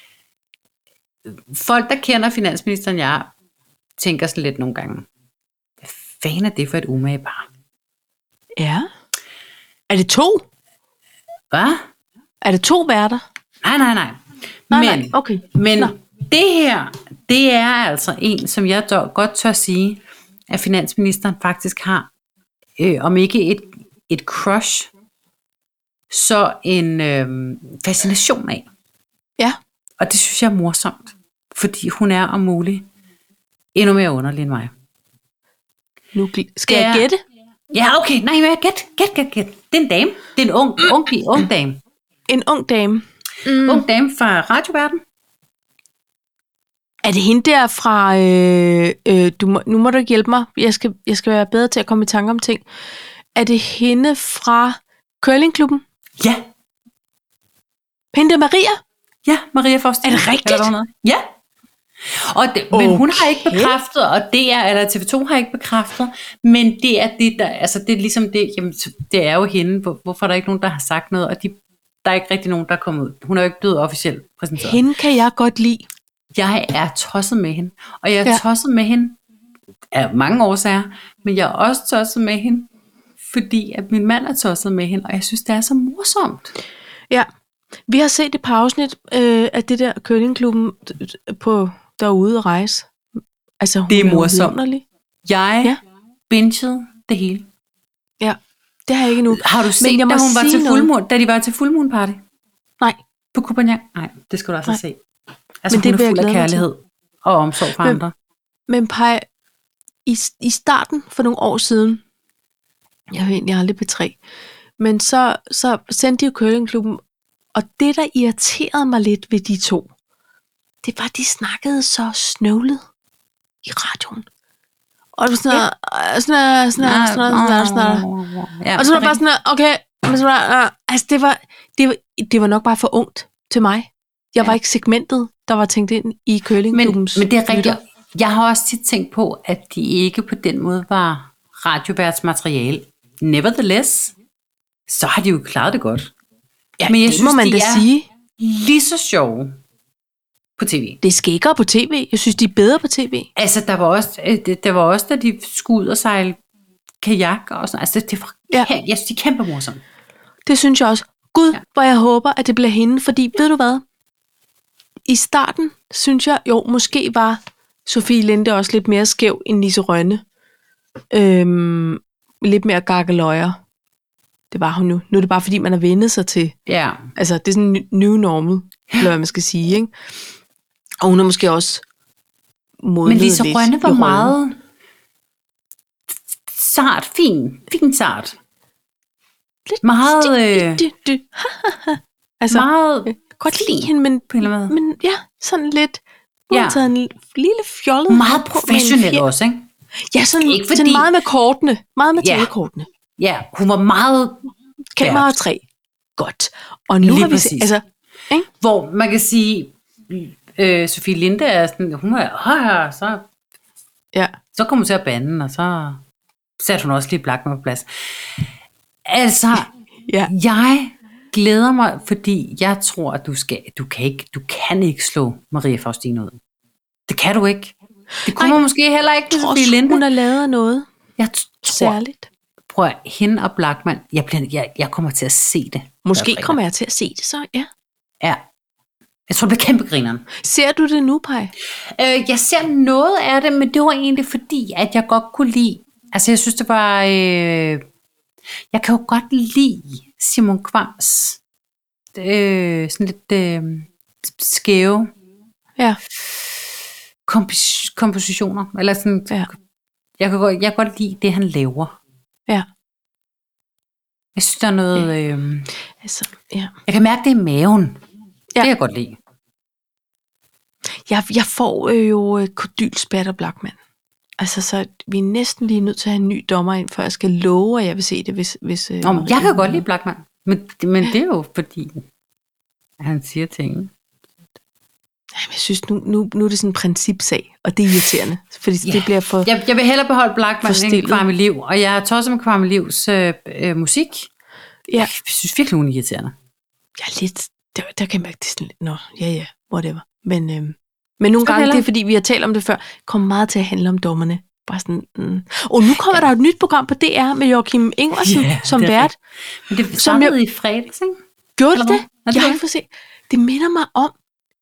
folk, der kender finansministeren, jeg tænker sådan lidt nogle gange, hvad fanden er det for et umage par? Ja. Er det to? Hvad? Er det to værter? Nej, nej, nej. Nej, men nej, okay. men Nå. det her, det er altså en, som jeg dog godt tør sige, at finansministeren faktisk har, øh, om ikke et, et crush, så en øh, fascination af. Ja. Og det synes jeg er morsomt, fordi hun er om muligt endnu mere underlig end mig. Nu gl- skal Det jeg er- gætte? Ja, okay, nej, men gæt, gæt, gæt, gæt. Det er en dame. Det er en ung, ung pige, ung dame. En ung dame. Mm. Ung dame fra radioverden. Er det hende der fra... Øh, øh, du må, nu må du ikke hjælpe mig. Jeg skal, jeg skal være bedre til at komme i tanke om ting. Er det hende fra curlingklubben? Ja, Hende der Maria? ja, Maria Faustin. Er det rigtigt? Eller hvad hun hedder. Ja. Og det, men Okay. hun har ikke bekræftet, og det er, eller T V to har ikke bekræftet, men det er det, der, altså det er ligesom det, jamen, det er jo hende, Hvor, hvorfor er der ikke nogen, der har sagt noget, og de, der er ikke rigtig nogen, der er kommet ud. Hun er jo ikke blevet officielt præsenteret. Hende kan jeg godt lide. Jeg er tosset med hende, og jeg er Ja. ja. tosset med hende af mange årsager, men jeg er også tosset med hende, fordi at min mand er tosset med hende, og jeg synes, det er så morsomt. Ja. Vi har set et par afsnit øh, af det der curlingklubben på derude at rejse. Altså, hun Det er jo morsomt. vidunderlig. Jeg Ja. ja. bingede det hele. Ja, det har jeg ikke endnu. Har du set, jeg må da, hun var sige til noget. fuldmåne, da de var til fuldmåne party Nej, på Copenhagen? Nej, det skal du altså Nej. se. Altså, Men det hun vil er jeg fuld af glæde mig til. kærlighed og omsorg for Men- andre. men Paj, i, i starten for nogle år siden, jeg har egentlig aldrig betræ, men så, så sendte de jo curlingklubben, og det, der irriterede mig lidt ved de to, det var, at de snakkede så snøvlet i radioen. Og det var sådan noget, sådan noget, sådan noget, sådan noget, sådan noget, sådan noget. Ja, Og så var det det er bare sådan noget, okay, men så var, der, øh, altså det var, det var, det var nok bare for ungt til mig. Jeg var Ja. ikke segmentet, der var tænkt ind i men, curlingklubbens men det er rigtigt. lytter. Jeg har også tit tænkt på, at de ikke på den måde var radioværtsmateriale. Nevertheless, så har de jo klaret det godt. Ja, Men jeg det synes, må man de da er- sige. Lige så sjove på tv. Det er skækkere på tv. Jeg synes, de er bedre på tv. Altså, der var også, øh, det, der var også da de skulle ud og sejle kajak og sådan. Altså, det, det var, Ja. ja. Jeg synes, de er kæmpe morsomme. Det synes jeg også. Gud, ja. Ja. hvor jeg håber, at det bliver hende. Fordi, ved du hvad? I starten, synes jeg, jo, måske var Sofie Linde også lidt mere skæv end Lise Rønne. Øhm, lidt mere gakkeløjer. Det var hun nu. Nu er det bare, fordi man har vendet sig til. Ja. Altså, det er sådan en new normal, eller hvad man skal sige, ikke? Og hun er måske også modnet Men Lise lidt Rønne i var rollen. meget sart, fin, fin sart. Lidt meget, sti- øh, dy- dy- altså, meget jeg kan godt lide hende, men, på en eller anden måde. men ja, sådan lidt, hun Ja. har taget en lille fjollet Meget hat på med en professionel fjer- også, ikke? Ja, sådan, Ikke sådan fordi- meget med kortene. Meget med Ja. telekortene. Ja, hun var meget Kamera vært. tre. Godt. Og nu Lige har vi præcis. set, altså, ikke? Hvor man kan sige, øh, Sofie Linde er sådan, hun er, øh, så, Ja. så kom hun til at bande, og så satte hun også lige blak med på plads. Altså, Ja. jeg glæder mig, fordi jeg tror, at du skal, du kan ikke, du kan ikke slå Maria Faustin ud. Det kan du ikke. Det kunne Nej. man måske heller ikke med Jeg tror Sofie også, Linde. hun har lavet noget Jeg t- tror, særligt. prøv at, hende og Blachman, jeg, bliver, jeg, jeg kommer til at se det. Måske hver kommer jeg til at se det så, ja. Ja. Jeg tror, det bliver kæmpe grineren. Ser du det nu, Paj? Øh, jeg ser noget af det, men det var egentlig fordi, at jeg godt kunne lide, altså jeg synes, det var, øh, jeg kan jo godt lide Simon Kvams, øh, sådan lidt øh, skæve Ja. kompos- kompositioner, eller sådan, Ja. jeg, kan godt, jeg kan godt lide det, han laver. Ja. Jeg synes, der er noget, øh, Altså, ja. jeg kan mærke det i maven. Ja. Det Ja. kan jeg godt lide. Jeg, jeg får øh, jo øh, kodylspatter Blackman. Altså, så vi er næsten lige nødt til at have en ny dommer ind, for jeg skal love, at jeg vil se det, hvis... hvis øh, Nå, jeg kan godt lide Blachman, men, men det er jo fordi, han siger ting. Jamen, jeg synes, nu, nu, nu er det sådan en principsag, og det er irriterende, fordi yeah. det bliver for... Jeg, jeg vil hellere beholde Blachman end Kvarme Liv, og jeg er tosset med Kvarme Livs øh, øh, musik. Ja. Jeg synes virkelig, hun er irriterende. Jeg er lidt... Der, der kan jeg mærke, det sådan lidt... Nå, ja, ja, whatever. Men, øh, men nogle gange, hellere. Det er fordi, vi har talt om det før, kommer meget til at handle om dommerne. Bare sådan... Mm. Og nu kommer ja. der et nyt program på D R med Joachim Ingersen yeah, som vært. Men det startede jeg... i fredags, ikke? Gjorde det det? det? Jeg har ikke fået se. Det minder mig om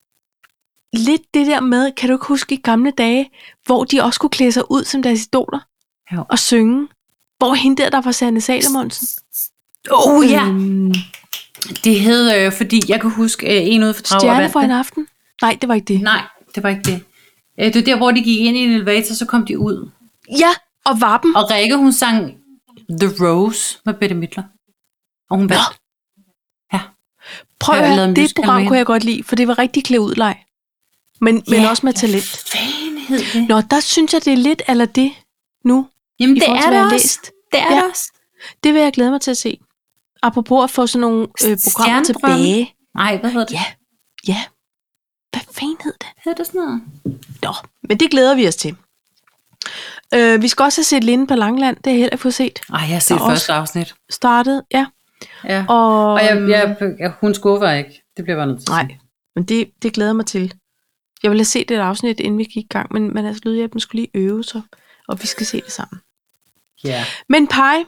lidt det der med, kan du ikke huske i gamle dage, hvor de også kunne klæde sig ud som deres idoler jo. Og synge. Hvor hende der, der var Sanne Salomonsen. Åh oh, ja. Øhm, det hed, øh, fordi jeg kan huske øh, en ude for Drag Stjerne for en aften? Nej, det var ikke det. Nej, det var ikke det. Øh, det var der, hvor de gik ind i en elevator, så kom de ud. Ja, og var dem. Og Rikke, hun sang The Rose med Bette Midler. Og hun vandt. Ja. Prøv at høre, det program kunne jeg godt lide, for det var rigtig klæd ud leg. Men, ja, men også med talent. Hvad hed det? Nå, der synes jeg, det er lidt eller det nu. Jamen, det er det også. Læst. Det er ja. det også. Det vil jeg glæde mig til at se. Apropos at få sådan nogle øh, programmer tilbage. Nej, hvad hedder det? Ja, ja. Hvad fanden hed det? Hedder det sådan noget? Nå, men det glæder vi os til. Øh, vi skal også have set Linde på Langland. Det har jeg heller ikke fået set. Ej, jeg har set første afsnit. Startet, ja. Ja, og, og jeg, jeg, jeg, hun skuffer ikke. Det bliver bare nødt til. Nej, men det, det glæder mig til. Jeg ville have set et afsnit, inden vi gik i gang, men, men altså, Lydhjælpen skulle lige øve sig, og vi skal se det sammen. Ja. Yeah. Men Paj,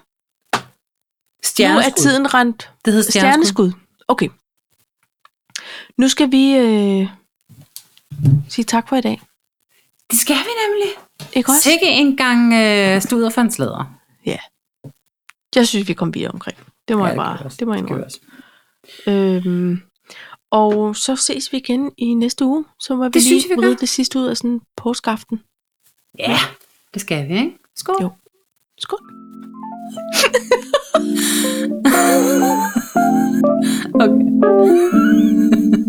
nu er tiden rent. Det hedder stjerneskud. stjerneskud. Okay. Nu skal vi øh, sige tak for i dag. Det skal vi nemlig. Ikke også? Sikke en gang øh, sludder for en slæder. Ja. Jeg synes, vi kom videre omkring. Det må ja, jeg bare. Det, det må jeg indrømme. Øhm, og så ses vi igen i næste uge. Så må vi det lige vi bryde det sidste ud af sådan en påskeaften. Ja, det skal vi, ikke? Skål. Jo. Skål. Okay.